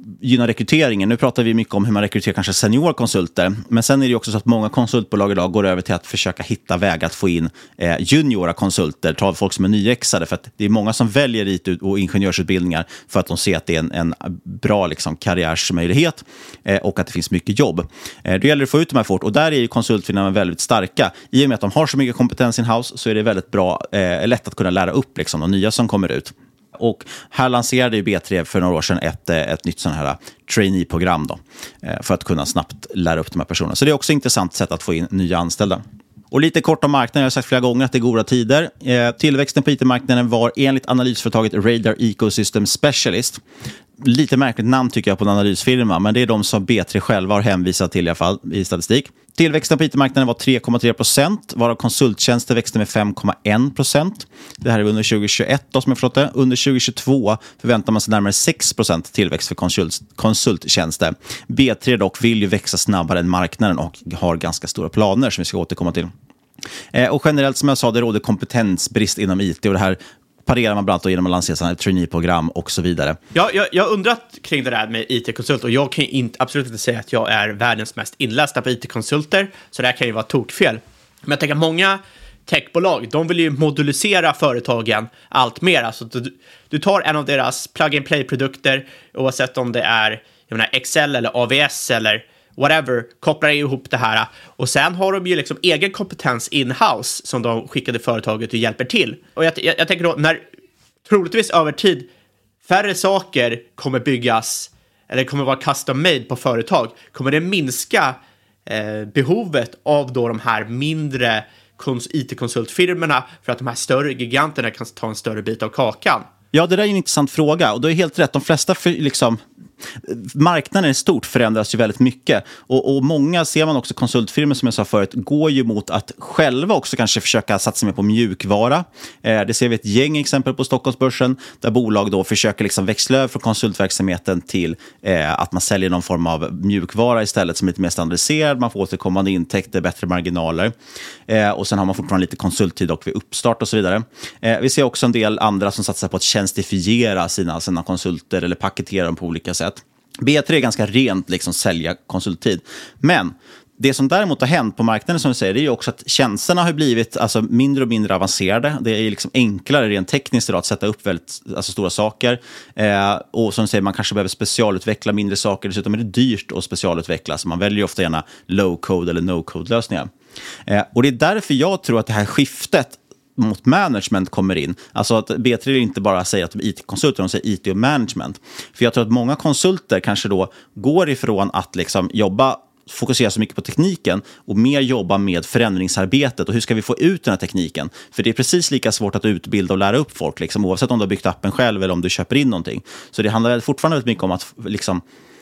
gynna rekryteringen. Nu pratar vi mycket om hur man rekryterar kanske seniorkonsulter, men sen är det ju också så att många konsultbolag idag går över till att försöka hitta vägar att få in eh, juniora konsulter, ta folk som är nyexade, för att det är många som väljer I T och ingenjörsutbildningar för att de ser att det är en, en bra liksom, karriärsmöjlighet eh, och att det finns mycket jobb. Eh, det gäller att få ut de här fort, och där är ju konsultfirmorna väldigt starka. I och med att de har så mycket kompetens in-house så är det väldigt bra, eh, lätt att kunna lära upp liksom, de nya som kommer ut. Och här lanserade ju B tre för några år sedan ett, ett nytt sån här trainee-program då, för att kunna snabbt lära upp de här personerna. Så det är också ett intressant sätt att få in nya anställda. Och lite kort om marknaden, jag har sagt flera gånger att det är goda tider. Eh, tillväxten på I T-marknaden var enligt analysföretaget Radar Ecosystem Specialist. Lite märkligt namn tycker jag på en analysfirma, men det är de som B tre själva har hänvisat till i alla fall i statistik. Tillväxten på I T-marknaden var tre komma tre procent, varav konsulttjänster växte med fem komma en procent. Det här är under tjugohundratjugoett då, som jag förstått det. Under tjugohundratjugotvå förväntar man sig närmare sex procent tillväxt för konsult, konsulttjänster. B tre dock vill ju växa snabbare än marknaden och har ganska stora planer som vi ska återkomma till. Eh, och generellt som jag sa, det råder kompetensbrist inom I T, och det här parerar man bland annat genom att lansera ett trainee-program och så vidare. Ja, jag, jag har undrat kring det där med I T-konsult, och jag kan inte, absolut inte säga att jag är världens mest inlästa på I T-konsulter, så det här kan ju vara tokfel. Men jag tänker att många techbolag, de vill ju modulisera företagen allt mer. Alltså du, du tar en av deras plug-and-play-produkter, oavsett om det är jag menar, Excel eller A V S eller whatever, kopplar ihop det här. Och sen har de ju liksom egen kompetens in-house som de skickade företaget och hjälper till. Och jag, jag, jag tänker då, när troligtvis över tid färre saker kommer byggas eller kommer vara custom made på företag, kommer det minska eh, behovet av då de här mindre kons- I T-konsultfirmorna för att de här större giganterna kan ta en större bit av kakan. Ja, det där är en intressant fråga, och det är helt rätt. De flesta för, liksom, marknaden i stort förändras ju väldigt mycket, och, och många ser man också konsultfirmor som jag sa förut går ju mot att själva också kanske försöka satsa mer på mjukvara. Eh, det ser vi ett gäng exempel på Stockholmsbörsen där bolag då försöker liksom växla över från konsultverksamheten till eh, att man säljer någon form av mjukvara istället som är lite mer standardiserad. Man får återkommande intäkter, bättre marginaler, eh, och sen har man fortfarande lite konsulttid och vid uppstart och så vidare. Eh, vi ser också en del andra som satsar på att tjänstifiera sina, sina konsulter eller paketera dem på olika sätt. B tre är ganska rent liksom sälja konsulttid. Men det som däremot har hänt på marknaden som vi säger, det är ju också att tjänsterna har blivit alltså, mindre och mindre avancerade. Det är liksom enklare rent tekniskt idag att sätta upp väldigt alltså, stora saker. Eh, och som du säger, man kanske behöver specialutveckla mindre saker. Dessutom är det dyrt att specialutveckla, så man väljer ju ofta gärna low-code eller no-code-lösningar. Eh, och det är därför jag tror att det här skiftet mot management kommer in. Alltså att B tre inte bara säger att de är I T-konsulter, de säger I T och management. För jag tror att många konsulter kanske då går ifrån att liksom jobba, fokusera så mycket på tekniken och mer jobba med förändringsarbetet och hur ska vi få ut den här tekniken. För det är precis lika svårt att utbilda och lära upp folk, liksom, oavsett om du har byggt appen själv eller om du köper in någonting. Så det handlar fortfarande väldigt mycket om att liksom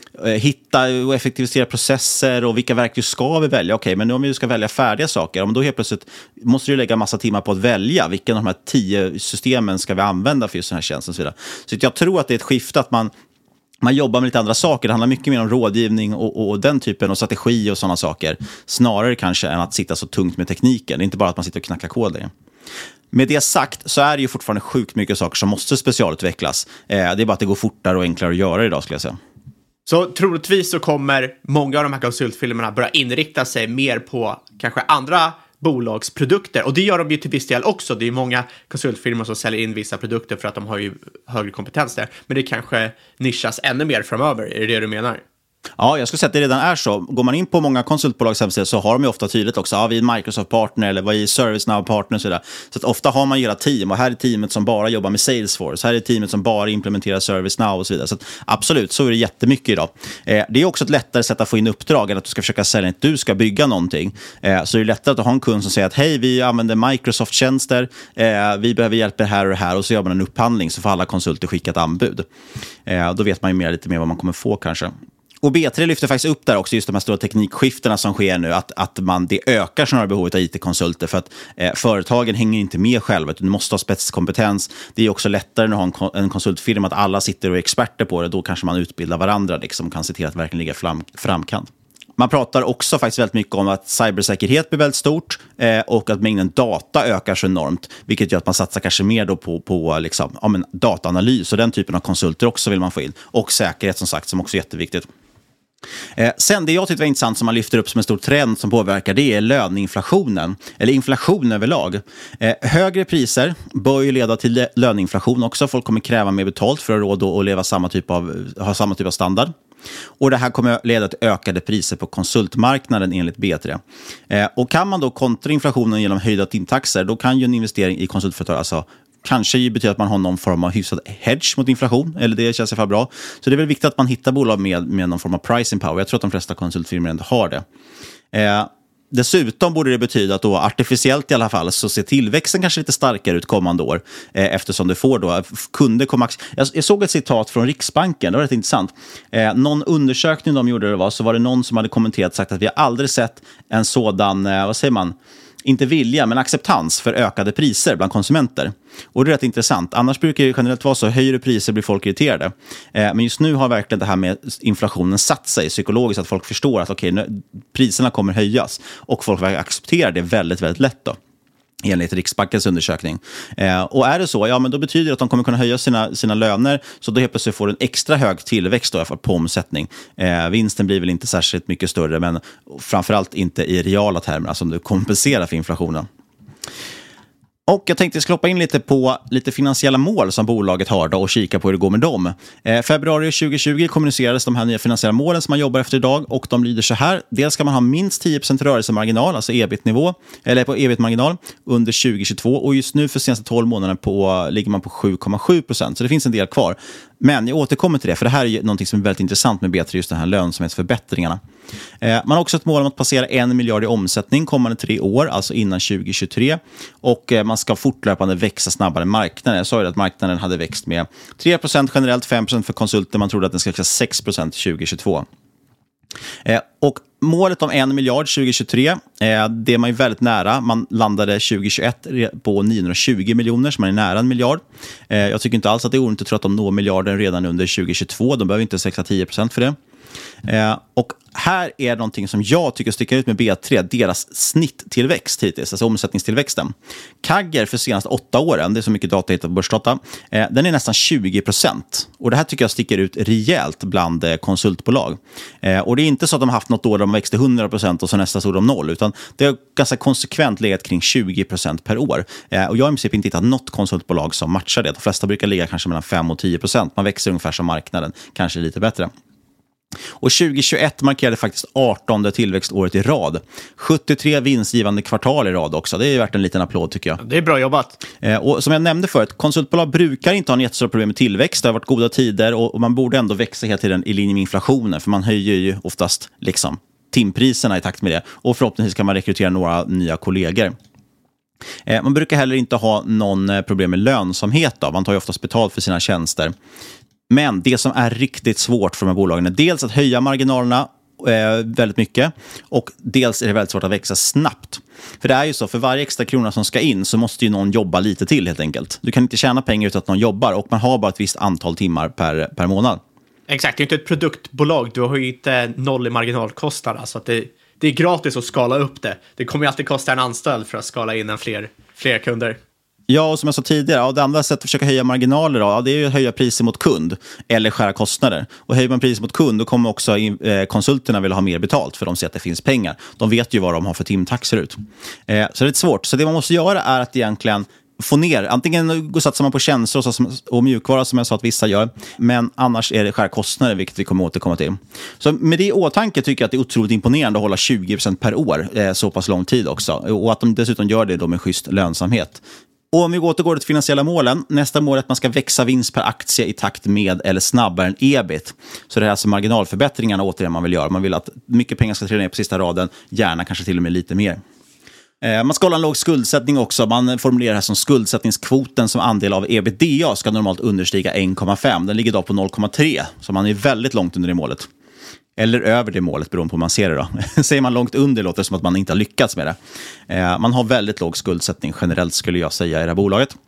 hitta och effektivisera processer och vilka verktyg ska vi välja. Okej, men nu om vi ska välja färdiga saker, om då helt plötsligt måste du lägga massa timmar på att välja vilken av de här tio systemen ska vi använda för just den här tjänsten och så vidare. Så jag tror att det är ett skifte att man man jobbar med lite andra saker. Det handlar mycket mer om rådgivning och, och, och den typen av strategi och sådana saker. Snarare kanske än att sitta så tungt med tekniken. Det är inte bara att man sitter och knackar kod där. Med det sagt så är det ju fortfarande sjukt mycket saker som måste specialutvecklas. Eh, det är bara att det går fortare och enklare att göra idag, skulle jag säga. Så troligtvis så kommer många av de här konsultfilmerna börja inrikta sig mer på kanske andra bolagsprodukter. Och det gör de ju till viss del också. Det är många konsultfirmor som säljer in vissa produkter för att de har ju högre kompetens där. Men det kanske nischas ännu mer framöver. Är det det du menar? Ja, jag skulle säga att det redan är så. Går man in på många konsultbolags hemsidor så har de ju ofta tydligt också, ja, vi är en Microsoft-partner eller vad är ServiceNow-partner och sådär. Så att ofta har man ju hela team, och här är teamet som bara jobbar med Salesforce, här är teamet som bara implementerar ServiceNow och så vidare. Så att absolut, så är det jättemycket idag. Eh, det är också ett lättare sätt att få in uppdrag än att du ska försöka sälja att du ska bygga någonting. Eh, så är det lättare att ha en kund som säger att hej, vi använder Microsoft-tjänster, eh, vi behöver hjälp här och det här, och så gör man en upphandling så får alla konsulter skicka ett anbud. Eh, då vet man ju mer, lite mer vad man kommer få kanske. Och B tre lyfter faktiskt upp där också just de här stora teknikskiftena som sker nu, att, att man, det ökar snarare behovet av I T-konsulter för att eh, företagen hänger inte med själva, utan du måste ha spetskompetens. Det är också lättare när du har en, en konsultfirma att alla sitter och är experter på det, då kanske man utbildar varandra liksom, kan se till att verkligen ligga fram, framkant. Man pratar också faktiskt väldigt mycket om att cybersäkerhet blir väldigt stort eh, och att mängden data ökar så enormt, vilket gör att man satsar kanske mer då på, på liksom, ja, men dataanalys och den typen av konsulter också vill man få in. Och säkerhet som sagt, som också är jätteviktigt. Eh, sen det jag tyckte var intressant som man lyfter upp som en stor trend som påverkar, det är löneinflationen, eller inflation överlag. Eh, högre priser bör ju leda till löneinflation också. Folk kommer kräva mer betalt för att ha råd att leva samma typ av, ha samma typ av standard. Och det här kommer att leda till ökade priser på konsultmarknaden enligt B tre. Eh, och kan man då kontra inflationen genom höjda timtaxer, då kan ju en investering i konsultföretag alltså kanske betyder att man har någon form av hyfsad hedge mot inflation, eller det känns i alla fall bra. Så det är väl viktigt att man hittar bolag med, med någon form av pricing power. Jag tror att de flesta konsultfirmor ändå har det. Eh, dessutom borde det betyda att då artificiellt i alla fall så ser tillväxten kanske lite starkare ut kommande år, eh, eftersom det får då kunder komma. Jag, jag såg ett citat från Riksbanken, det var rätt intressant. Eh, någon undersökning de gjorde det var, så var det någon som hade kommenterat sagt att vi har aldrig sett en sådan, eh, vad säger man, inte vilja, men acceptans för ökade priser bland konsumenter. Och det är rätt intressant. Annars brukar det generellt vara så, högre priser blir folk irriterade. Eh, men just nu har verkligen det här med inflationen satt sig psykologiskt, att folk förstår att okej, nu, priserna kommer höjas. Och folk accepterar det väldigt, väldigt lätt då. Enligt Riksbankens undersökning. Eh, och är det så, ja men då betyder det att de kommer kunna höja sina, sina löner, så då helt plötsligt får en extra hög tillväxt då, på omsättning. Eh, vinsten blir väl inte särskilt mycket större, men framförallt inte i reala termer, som du kompenserar för inflationen. Och jag tänkte sloppa in lite på lite finansiella mål som bolaget har då och kika på hur det går med dem. Eh, februari tjugo tjugo kommunicerades de här nya finansiella målen som man jobbar efter idag, och de lyder så här. Dels ska man ha minst tio procent rörelsemarginal, alltså E B I T-nivå, eller på E B I T-marginal under tjugo tjugotvå, och just nu för senaste tolv månaderna på, ligger man på sju komma sju procent, så det finns en del kvar. Men jag återkommer till det, för det här är något som är väldigt intressant med B tre, just den här lönsamhetsförbättringarna. Eh, man har också ett mål om att passera en miljard i omsättning kommande tre år, alltså innan tjugo tjugotre. Och eh, man ska fortlöpande växa snabbare än marknaden. Jag sa ju att marknaden hade växt med tre procent generellt, fem procent för konsulter. Man trodde att den ska växa sex procent tjugo tjugotvå. Eh, och målet om en miljard tjugo tjugotre, eh, det är man ju väldigt nära. Man landade tjugo tjugoett på niohundratjugo miljoner, så man är nära en miljard. Eh, jag tycker inte alls att det är ont att tro att de når miljarden redan under tjugo tjugotvå. De behöver inte växa tio procent för det. Eh, och här är någonting som jag tycker sticker ut med B tre, deras snitttillväxt hittills, alltså omsättningstillväxten. C A G R för senaste åtta åren, det är så mycket data hittat på börsdata, eh, den är nästan tjugo procent. Och det här tycker jag sticker ut rejält bland eh, konsultbolag. Eh, och det är inte så att de har haft något år där de växte hundra procent och så nästa år de noll, utan det har ganska konsekvent legat kring tjugo procent per år. Eh, och jag har i princip inte hittat något konsultbolag som matchar det. De flesta brukar ligga kanske mellan fem och tio procent. Man växer ungefär som marknaden, kanske lite bättre. Och tjugo tjugoett markerade faktiskt artonde tillväxtåret i rad. sjuttiotre vinstgivande kvartal i rad också. Det är värt en liten applåd tycker jag. Det är bra jobbat. Eh, och som jag nämnde förut, konsultbolag brukar inte ha en jättestora problem med tillväxt. Det har varit goda tider och, och man borde ändå växa hela tiden i linje med inflationen. För man höjer ju oftast liksom timpriserna i takt med det. Och förhoppningsvis kan man rekrytera några nya kollegor. Eh, man brukar heller inte ha någon problem med lönsamhet då. Man tar ju oftast betalt för sina tjänster. Men det som är riktigt svårt för de här bolagen är dels att höja marginalerna eh, väldigt mycket, och dels är det väldigt svårt att växa snabbt. För det är ju så, för varje extra krona som ska in så måste ju någon jobba lite till helt enkelt. Du kan inte tjäna pengar utan att någon jobbar, och man har bara ett visst antal timmar per, per månad. Exakt, det är inte ett produktbolag, du har ju inte noll i marginalkostnader, så att det, det är gratis att skala upp det. Det kommer ju alltid kosta en anställd för att skala in en fler, fler kunder. Ja, och som jag sa tidigare, ja, det andra sättet att försöka höja marginaler då, ja, det är ju att höja priser mot kund eller skära kostnader. Och höjer man priser mot kund, då kommer också eh, konsulterna vilja ha mer betalt, för de ser att det finns pengar. De vet ju vad de har för timtaxer ut. Eh, så det är lite svårt. Så det man måste göra är att egentligen få ner, antingen gå satsar man på tjänster och, och mjukvara som jag sa att vissa gör, men annars är det skära kostnader, vilket vi kommer återkomma till. Så med det i åtanke tycker jag att det är otroligt imponerande att hålla tjugo procent per år eh, så pass lång tid också, och att de dessutom gör det då med schysst lönsamhet. Och om vi återgår till finansiella målen, nästa mål är att man ska växa vinst per aktie i takt med eller snabbare än E B I T. Så det är alltså marginalförbättringarna återigen man vill göra. Man vill att mycket pengar ska trilla ner på sista raden, gärna kanske till och med lite mer. Man ska hålla en låg skuldsättning också. Man formulerar det här som skuldsättningskvoten som andel av EBITDA ska normalt understiga en komma fem. Den ligger idag på noll komma tre, så man är väldigt långt under det målet. Eller över det målet, beroende på hur man ser det då. Säger man långt under, låter det som att man inte har lyckats med det. Eh, man har väldigt låg skuldsättning generellt, skulle jag säga, i det här bolaget.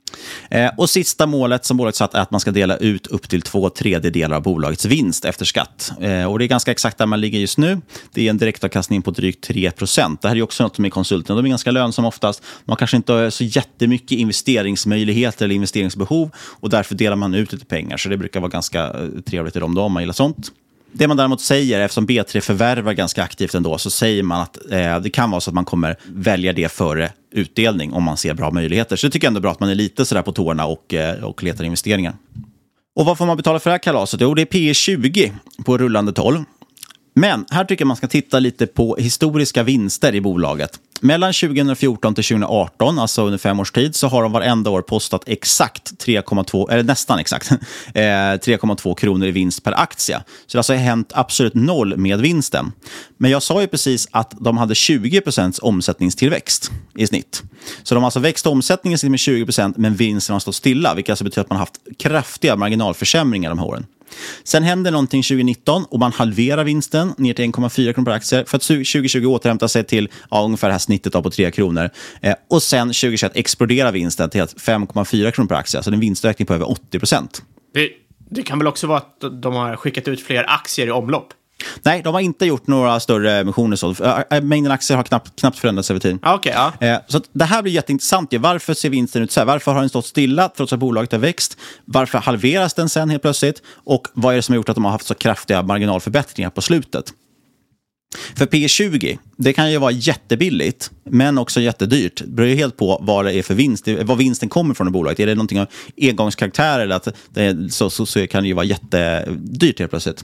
Eh, och sista målet som bolaget satt är att man ska dela ut upp till två tredjedelar av bolagets vinst efter skatt. Eh, och det är ganska exakt där man ligger just nu. Det är en direktavkastning på drygt tre procent. Det här är också något med konsulterna. De är ganska lönsamma oftast. Man kanske inte har så jättemycket investeringsmöjligheter eller investeringsbehov och därför delar man ut lite pengar. Så det brukar vara ganska trevligt i dem då om man gillar sånt. Det man däremot säger, eftersom B tre förvärvar ganska aktivt ändå, så säger man att eh, det kan vara så att man kommer välja det före utdelning om man ser bra möjligheter. Så det tycker jag ändå är bra att man är lite sådär på tårna och, eh, och letar investeringar. Och vad får man betala för det här kalaset? Jo, det är P E tjugo på rullande tolv. Men här tycker jag man ska titta lite på historiska vinster i bolaget. Mellan tjugohundrafjorton till tjugohundraarton, alltså under fem års tid, så har de varenda år postat exakt tre komma två, eller nästan exakt, tre komma två kronor i vinst per aktie. Så det har alltså hänt absolut noll med vinsten. Men jag sa ju precis att de hade tjugo procent omsättningstillväxt i snitt. Så de har alltså växt omsättningen med tjugo procent, men vinsten har stått stilla, vilket alltså betyder att man har haft kraftiga marginalförsämringar de här åren. Sen händer någonting tjugonitton och man halverar vinsten ner till en komma fyra kronor per aktie för att tjugohundratjugo återhämta sig till ja, ungefär det här snittet på tre kronor. Eh, och sen tjugohundratjugoett exploderar vinsten till fem komma fyra kronor per aktie. Så det är en vinstökning på över åttio procent. Det, det kan väl också vara att de har skickat ut fler aktier i omlopp? Nej, de har inte gjort några större emissioner. Så. Mängden aktier har knappt, knappt förändrats över tid. Okay, ja. Så det här blir jätteintressant. Varför ser vinsten ut så här? Varför har den stått stilla trots att bolaget har växt? Varför halveras den sen helt plötsligt? Och vad är det som har gjort att de har haft så kraftiga marginalförbättringar på slutet? För P E tjugo, det kan ju vara jättebilligt men också jättedyrt. Det beror ju helt på vad det är för vinst, vad vinsten kommer från i bolaget. Är det någonting av engångskaraktär eller att det är, så, så, så kan det ju vara jättedyrt helt plötsligt.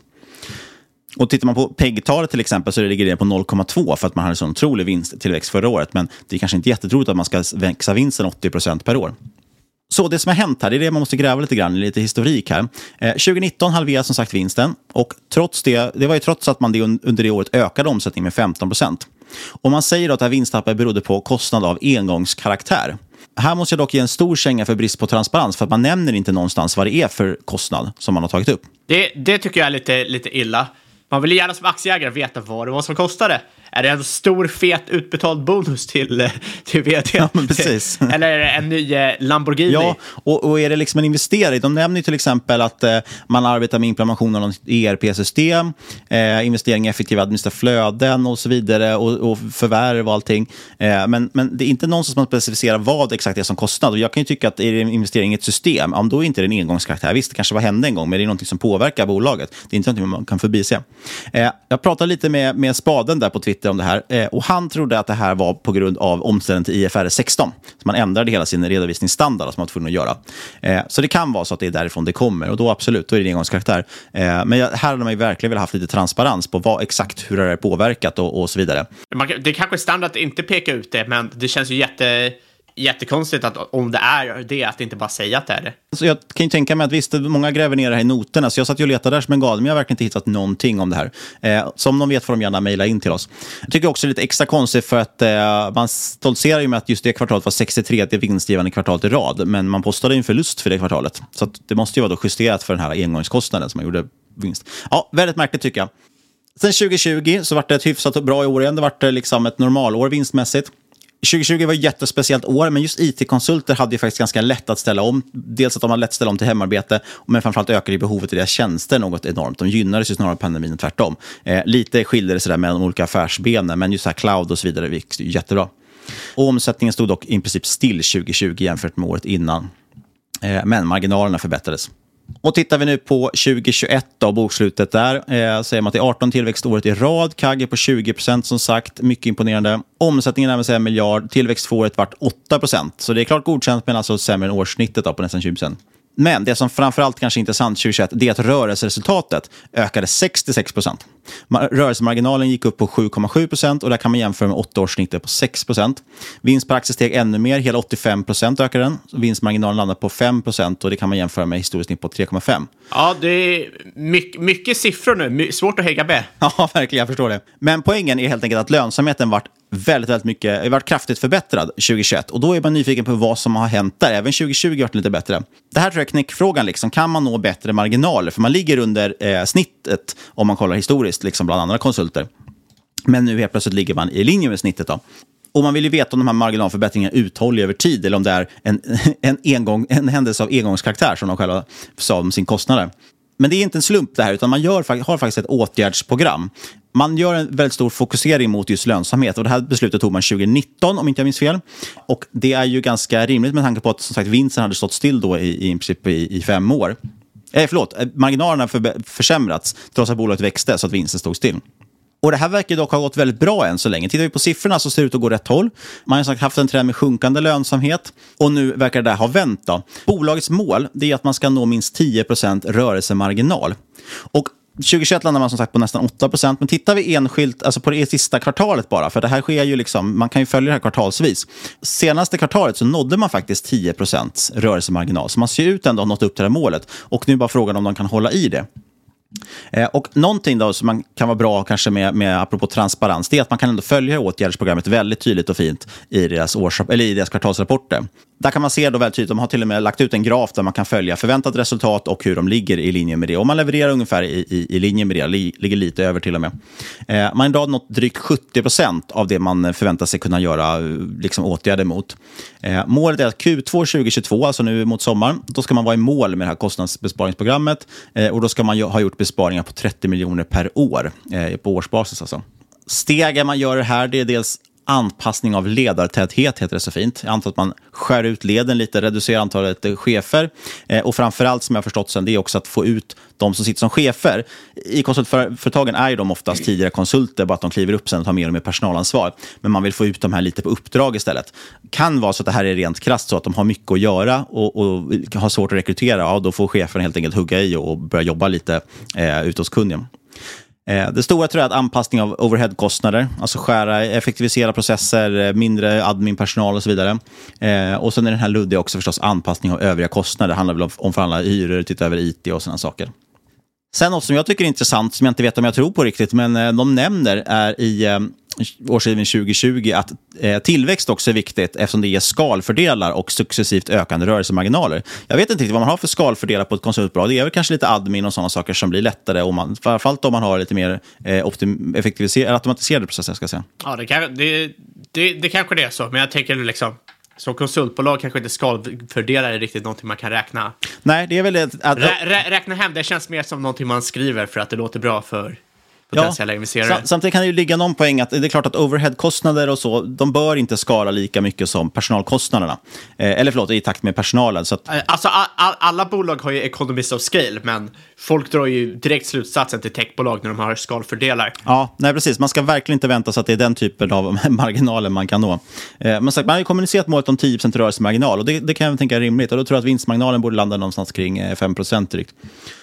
Och tittar man på P E G-talet till exempel så ligger det på noll komma två för att man hade så otrolig vinsttillväxt förra året. Men det är kanske inte jättetroligt att man ska växa vinsten åttio procent per år. Så det som har hänt här, det är det man måste gräva lite grann, lite historik här. Eh, tjugonitton halverade som sagt vinsten och trots det, det var ju trots att man det under det året ökade omsättningen med femton procent. Och man säger då att det här vinsttappet berodde på kostnad av engångskaraktär. Här måste jag dock ge en stor känga för brist på transparens för att man nämner inte någonstans vad det är för kostnad som man har tagit upp. Det, det tycker jag är lite, lite illa. Man vill gärna som aktieägare veta vad det var som kostade. Är det en stor fet utbetald bonus till, till V T? Ja, men precis. Eller är det en ny Lamborghini? Ja, och, och är det liksom en investering? De nämner ju till exempel att eh, man arbetar med implementation av något E R P-system, eh, investering i effektiva administrativa flöden och så vidare och, och förvärv och allting. Eh, men, men det är inte någon som specificerar vad exakt det är som kostnad. Och jag kan ju tycka att är det en investering i ett system, om då är inte det en engångskaraktär. Visst, det kanske var hände en gång, men det är något som påverkar bolaget. Det är inte något man kan förbise. Eh, jag pratade lite med, med Spaden där på Twitter om det här eh, och han trodde att det här var på grund av omställningen till I F R S sexton. Så man ändrade hela sin redovisningsstandard som man var tvungen att göra. Eh, så det kan vara så att det är därifrån det kommer och då absolut, då är det en engångskaraktär. Eh, men jag, här hade man ju verkligen velat haft lite transparens på vad exakt hur det är påverkat och, och så vidare. Man, det är kanske standard att inte peka ut det, men det känns ju jätte... jättekonstigt att om det är det, att inte bara säga att det är det. Så jag kan ju tänka mig att visst, många gräver ner det här i noterna, så jag satt ju och letade där som en galen, men jag har verkligen inte hittat någonting om det här. Eh, som någon vet får de gärna mejla in till oss. Jag tycker också det är lite extra konstigt för att eh, man stoltserar ju med att just det kvartalet var sextiotre vinstgivande kvartalet i rad, men man postade ju en förlust för det kvartalet. Så att det måste ju vara då justerat för den här engångskostnaden som man gjorde vinst. Ja, väldigt märkligt tycker jag. Sen tjugohundratjugo så var det ett hyfsat och bra år igen. Det var liksom ett normalår vinstmässigt. tjugohundratjugo var ett jättespeciellt år, men just I T-konsulter hade ju faktiskt ganska lätt att ställa om. Dels att de hade lätt att ställa om till hemarbete, men framförallt ökade behovet i deras tjänster något enormt. De gynnades ju snarare av pandemin tvärtom. Eh, lite skiljer det sig där mellan de olika affärsbenen, men just här cloud och så vidare gick ju jättebra. Och omsättningen stod dock i princip still tjugohundratjugo jämfört med året innan. Eh, men marginalerna förbättrades. Och tittar vi nu på tjugohundratjugoett då, bokslutet där, eh, säger man att det är arton tillväxtåret i rad, K A G på tjugo procent som sagt, mycket imponerande. Omsättningen är med en miljard, tillväxtåret vart åtta procent, så det är klart godkänt men alltså sämre än årssnittet då, på nästan tjugo procent. Men det som framförallt kanske är intressant tjugohundratjugoett, det är att rörelseresultatet ökade sextiosex procent. Rörelsemarginalen gick upp på sju komma sju procent och där kan man jämföra med åtta års snittet på sex procent. Vinst per aktie steg ännu mer, hela åttiofem procent ökade den. Vinstmarginalen landade på fem procent och det kan man jämföra med historiskt snitt på tre komma fem. Ja, det är mycket, mycket siffror nu, My, svårt att hänga med. Ja, verkligen, jag förstår det. Men poängen är helt enkelt att lönsamheten varit väldigt, väldigt mycket, varit kraftigt förbättrad tjugohundratjugoett. Och då är man nyfiken på vad som har hänt där. Även tjugohundratjugo har varit lite bättre. Det här tror jag är knäckfrågan. Liksom. Kan man nå bättre marginaler? För man ligger under eh, snittet om man kollar historiskt, liksom bland andra konsulter. Men nu helt plötsligt ligger man i linje med snittet då. Och man vill ju veta om de här marginalförbättringarna är uthålliga över tid eller om det är en, en, engång, en händelse av engångskaraktär som de själva sa om sin kostnader. Men det är inte en slump det här, utan man gör, har faktiskt ett åtgärdsprogram. Man gör en väldigt stor fokusering mot just lönsamhet, och det här beslutet tog man tjugonitton om inte jag minns fel. Och det är ju ganska rimligt med tanke på att som sagt, vinsten hade stått still då i, i princip i, i fem år. Eh, förlåt, marginalerna för, försämrats trots att bolaget växte så att vinsten stod still. Och det här verkar dock ha gått väldigt bra än så länge. Tittar vi på siffrorna så ser det ut att gå rätt håll. Man har sagt haft en trend med sjunkande lönsamhet. Och nu verkar det där ha vänt då. Bolagets mål det är att man ska nå minst tio procent rörelsemarginal. Och tjugohundratjugoett landar man som sagt på nästan åtta procent. Men tittar vi enskilt, alltså på det sista kvartalet bara. För det här sker ju liksom, man kan ju följa det här kvartalsvis. Senaste kvartalet så nådde man faktiskt tio procent rörelsemarginal. Så man ser ut ändå att ha nått upp till det här målet. Och nu är bara frågan om de kan hålla i det. Eh, och någonting då som man kan vara bra kanske med, med apropå transparens, det är att man kan ändå följa åtgärdsprogrammet väldigt tydligt och fint i deras, års, eller i deras kvartalsrapporter. Där kan man se då väldigt tydligt, de har till och med lagt ut en graf där man kan följa förväntat resultat och hur de ligger i linje med det. Och man levererar ungefär i, i, i linje med det, li, ligger lite över till och med. Eh, man har idag nått drygt sjuttio procent av det man förväntar sig kunna göra liksom, åtgärder mot. Eh, målet är att Q två tjugohundratjugotvå, alltså nu mot sommaren, då ska man vara i mål med det här kostnadsbesparingsprogrammet eh, och då ska man ju, ha gjort besparingar på trettio miljoner per år eh, på årsbasis alltså. Stegen man gör här, det är dels anpassning av ledartäthet, heter det så fint. Jag antar att man skär ut leden lite, reducerar antalet chefer eh, och framförallt som jag har förstått sen, det är också att få ut de som sitter som chefer. I konsultföretagen är ju de oftast tidigare konsulter, bara att de kliver upp sen och tar mer och mer personalansvar. Men man vill få ut de här lite på uppdrag istället. Kan vara så att det här är rent krasst så att de har mycket att göra och, och har svårt att rekrytera. Ja, då får chefen helt enkelt hugga i och börja jobba lite eh, ut hos kunden. Det stora tror jag är att anpassning av overheadkostnader, alltså skära, effektivisera processer, mindre adminpersonal och så vidare. Eh, och sen är den här luddiga också förstås anpassning av övriga kostnader. Det handlar väl om, om förhandla hyror, titta över I T och sådana saker. Sen något som jag tycker är intressant, som jag inte vet om jag tror på riktigt, men eh, de nämner är i eh, årsredovisningen tjugo tjugo att eh, tillväxt också är viktigt eftersom det ger skalfördelar och successivt ökande rörelsemarginaler. Jag vet inte riktigt vad man har för skalfördelar på ett konsultbolag. Det är väl kanske lite admin och sådana saker som blir lättare om man, framförallt om man har lite mer eh, optim- effektiviserade, automatiserade processer ska jag säga. Ja, det, kan, det, det, det kanske det är så, men jag tänker liksom som konsultbolag kanske inte skalfördelar är riktigt någonting man kan räkna. Nej, det är väl det att rä, rä, räkna hem, det känns mer som någonting man skriver för att det låter bra för potentiella investerare. Ja, samtidigt kan det ju ligga någon poäng att det är klart att overheadkostnader och så, de bör inte skala lika mycket som personalkostnaderna. Eh, eller förlåt, i takt med personalen. Så att... Alltså a- a- alla bolag har ju economies of scale, men folk drar ju direkt slutsatsen till techbolag när de har skalfördelar. Ja, nej precis. Man ska verkligen inte vänta sig att det är den typen av marginaler man kan nå. Eh, men sagt, man har ju kommunicerat målet om tio procent rörelsemarginal och det, det kan jag tänka är rimligt. Och då tror jag att vinstmarginalen borde landa någonstans kring fem procent drygt.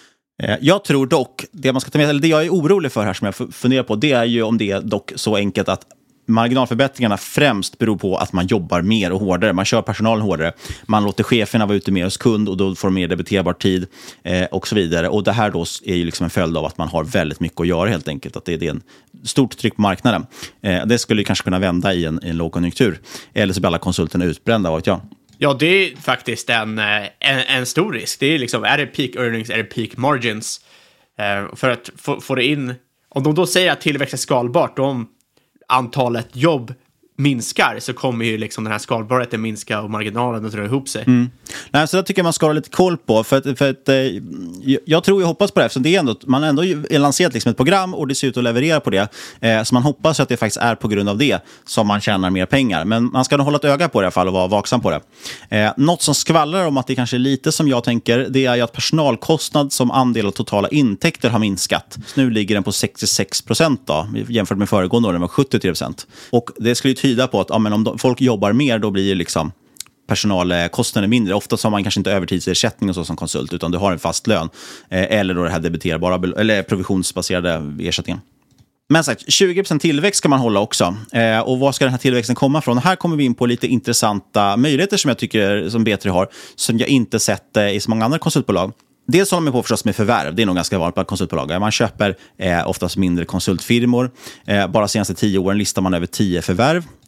Jag tror dock, det man ska ta med, eller det jag är orolig för här som jag funderar på, det är ju om det är dock så enkelt att marginalförbättringarna främst beror på att man jobbar mer och hårdare. Man kör personalen hårdare. Man låter cheferna vara ute mer hos kund och då får de mer debiterbar tid eh, och så vidare. Och det här då är ju liksom en följd av att man har väldigt mycket att göra helt enkelt. Att det, det är en stort tryck på marknaden. Eh, det skulle ju kanske kunna vända i en, i en lågkonjunktur. Eller så blir alla konsulterna utbrända, vet jag. Ja, det är faktiskt en, en, en stor risk. Det är liksom, är det peak earnings, är det peak margins? Eh, för att få, få det in, om de då säger att tillväxt är skalbart, om antalet jobb minskar så kommer ju liksom den här skalbarheten minska och marginalen att dra ihop sig. Mm. Nej, så det tycker jag man ska ha lite koll på för att, för att eh, jag tror och hoppas på det eftersom det är ändå, man ändå är lanserat liksom ett program och det ser ut att leverera på det eh, så man hoppas att det faktiskt är på grund av det som man tjänar mer pengar, men man ska nog hålla ett öga på det i alla fall och vara vaksam på det. Eh, något som skvallrar om att det kanske är lite som jag tänker, det är ju att personalkostnad som andel av totala intäkter har minskat. Så nu ligger den på sextiosex procent då, jämfört med föregående år, den var sjuttiotre procent. Och det skulle ju tyda på att ja, men om de, folk jobbar mer, då blir ju liksom personalkostnaden mindre. Ofta har man kanske inte övertidsersättning och så som konsult, utan du har en fast lön. Eh, eller då det här debiterbara, eller provisionsbaserade ersättningen. Men sagt, tjugo procent tillväxt ska man hålla också. Eh, och var ska den här tillväxten komma från? Här kommer vi in på lite intressanta möjligheter som jag tycker som B tre har, som jag inte sett eh, i så många andra konsultbolag. Dels håller man på förstås med förvärv. Det är nog ganska vanligt på konsultbolag. Man köper eh, oftast mindre konsultfirmor. Eh, bara senaste tio åren listar man över tio förvärv.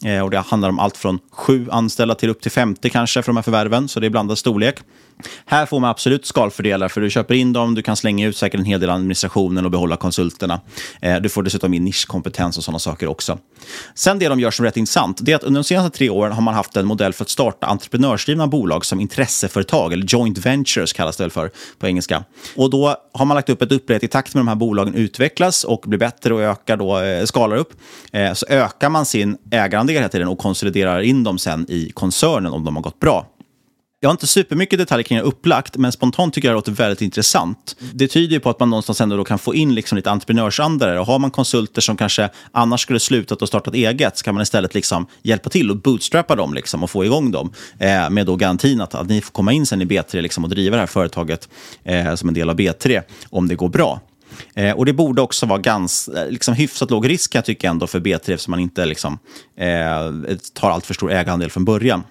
Eh, och det handlar om allt från sju anställda till upp till femtio kanske för de här förvärven. Så det är blandad storlek. Här får man absolut skalfördelar för du köper in dem, du kan slänga ut säkert en hel del administrationen och behålla konsulterna. Eh, du får dessutom in nischkompetens och sådana saker också. Sen det de gör som är rätt intressant, det är att under de senaste tre åren har man haft en modell för att starta entreprenörsdrivna bolag som intresseföretag, eller joint ventures kallas det väl för på engelska. Och då har man lagt upp ett upplägg i takt med de här bolagen utvecklas och blir bättre och ökar då, eh, skalar upp. Eh, så ökar man sin ägarandel hela tiden och konsoliderar in dem sen i koncernen om de har gått bra. Jag har inte supermycket detaljer kring det upplagt, men spontant tycker jag att det låter väldigt intressant. Det tyder ju på att man någonstans ändå då kan få in liksom lite entreprenörsandare. Och har man konsulter som kanske annars skulle slutat och startat eget, så kan man istället liksom hjälpa till och bootstrappa dem liksom och få igång dem. Eh, med då garantin att, att ni får komma in sen i B tre liksom och driva det här företaget eh, som en del av B tre om det går bra. Eh, och det borde också vara ganska liksom, hyfsat låg risk jag tycker ändå för B tre, så man inte liksom, eh, tar allt för stor ägarandel från början.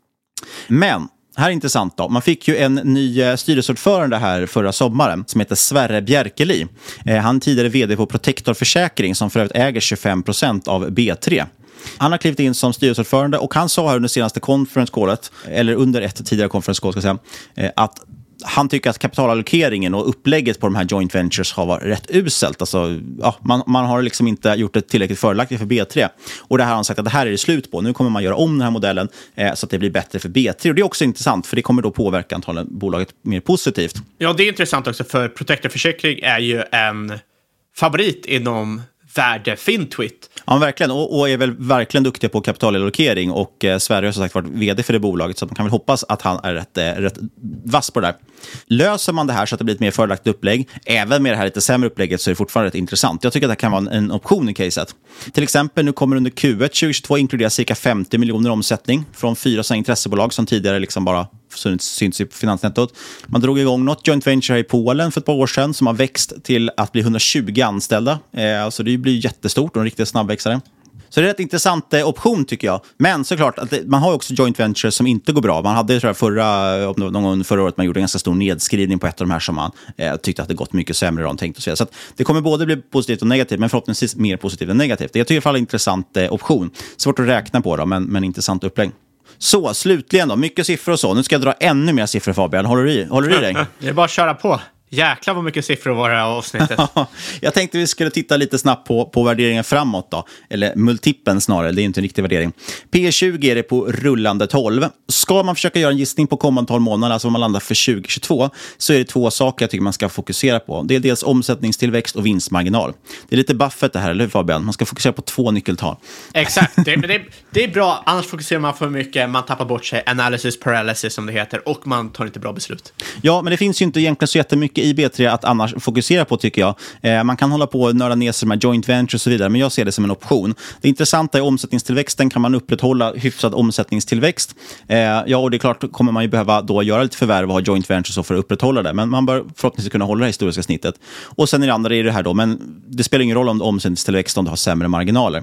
Men här är intressant då. Man fick ju en ny styrelseordförande här förra sommaren som heter Sverre Bjerkeli. Eh, han är tidigare vd på Protector Försäkring som för övrigt äger tjugofem procent av B tre. Han har klivit in som styrelseordförande och han sa här under senaste konferenskålet, eller under ett tidigare konferenskål ska jag säga, eh, att han tycker att kapitalallokeringen och upplägget på de här joint ventures har varit rätt uselt. Alltså, ja, man, man har liksom inte gjort det tillräckligt fördelaktigt för B tre. Och det här har han sagt att det här är det slut på. Nu kommer man göra om den här modellen eh, så att det blir bättre för B tre. Och det är också intressant för det kommer då påverka antagligen bolaget mer positivt. Ja, det är intressant också för Protector Försäkring är ju en favorit inom värde Fintwit. Ja, verkligen. Och, och är väl verkligen duktiga på kapitalallokering. Och eh, Sverige har som sagt varit vd för det bolaget. Så att man kan väl hoppas att han är rätt, eh, rätt vass på det där. Löser man det här så att det blir ett mer fördelaktigt upplägg, även med det här lite sämre upplägget, så är det fortfarande rätt intressant. Jag tycker att det kan vara en, en option i caset. Till exempel, nu kommer under Q ett tjugohundratjugotvå inkludera cirka femtio miljoner omsättning från fyra sådana intressebolag som tidigare liksom bara syns i finansnettot. Man drog igång något joint venture här i Polen för ett par år sedan som har växt till att bli hundratjugo anställda. Eh, alltså det blir jättestort och en riktigt snabbväxare. Så det är en rätt intressant eh, option tycker jag. Men såklart, att det, man har ju också joint ventures som inte går bra. Man hade tror jag, förra, någon gång förra året man gjorde en ganska stor nedskrivning på ett av de här som man eh, tyckte att det gått mycket sämre än de tänkt och så. Så att det kommer både bli positivt och negativt, men förhoppningsvis mer positivt än negativt. Jag tycker i alla fall en intressant eh, option. Svårt att räkna på då, men, men intressant upplägg. Så, slutligen då, mycket siffror och så. Nu ska jag dra ännu mer siffror, Fabian. Håller du i, håller du i dig? Det är bara att köra på. Jäklar vad mycket siffror var det här avsnittet. Jag tänkte vi skulle titta lite snabbt på, på värderingen framåt då. Eller multipeln snarare, det är inte en riktig värdering. P tjugo är det på rullande tolv. Ska man försöka göra en gissning på kommande tolv månader, alltså om man landar för tjugo tjugotvå, så är det två saker jag tycker man ska fokusera på. Det är dels omsättningstillväxt och vinstmarginal. Det är lite Buffett det här, eller hur Fabian? Man ska fokusera på två nyckeltal. Exakt, det, det, det är bra. Annars fokuserar man för mycket, man tappar bort sig. Analysis paralysis som det heter, och man tar inte bra beslut. Ja, men det finns ju inte egentligen så jättemycket i B tre att annars fokusera på tycker jag. Eh, man kan hålla på och nörda ner sig med joint ventures och så vidare, men jag ser det som en option. Det intressanta är omsättningstillväxten. Kan man upprätthålla hyfsad omsättningstillväxt? Eh, ja, och det är klart kommer man ju behöva då göra lite förvärv och ha joint ventures för att upprätthålla det, men man bör förhoppningsvis kunna hålla det historiska snittet. Och sen är det andra är det här då, men det spelar ingen roll om det är omsättningstillväxt om du har sämre marginaler.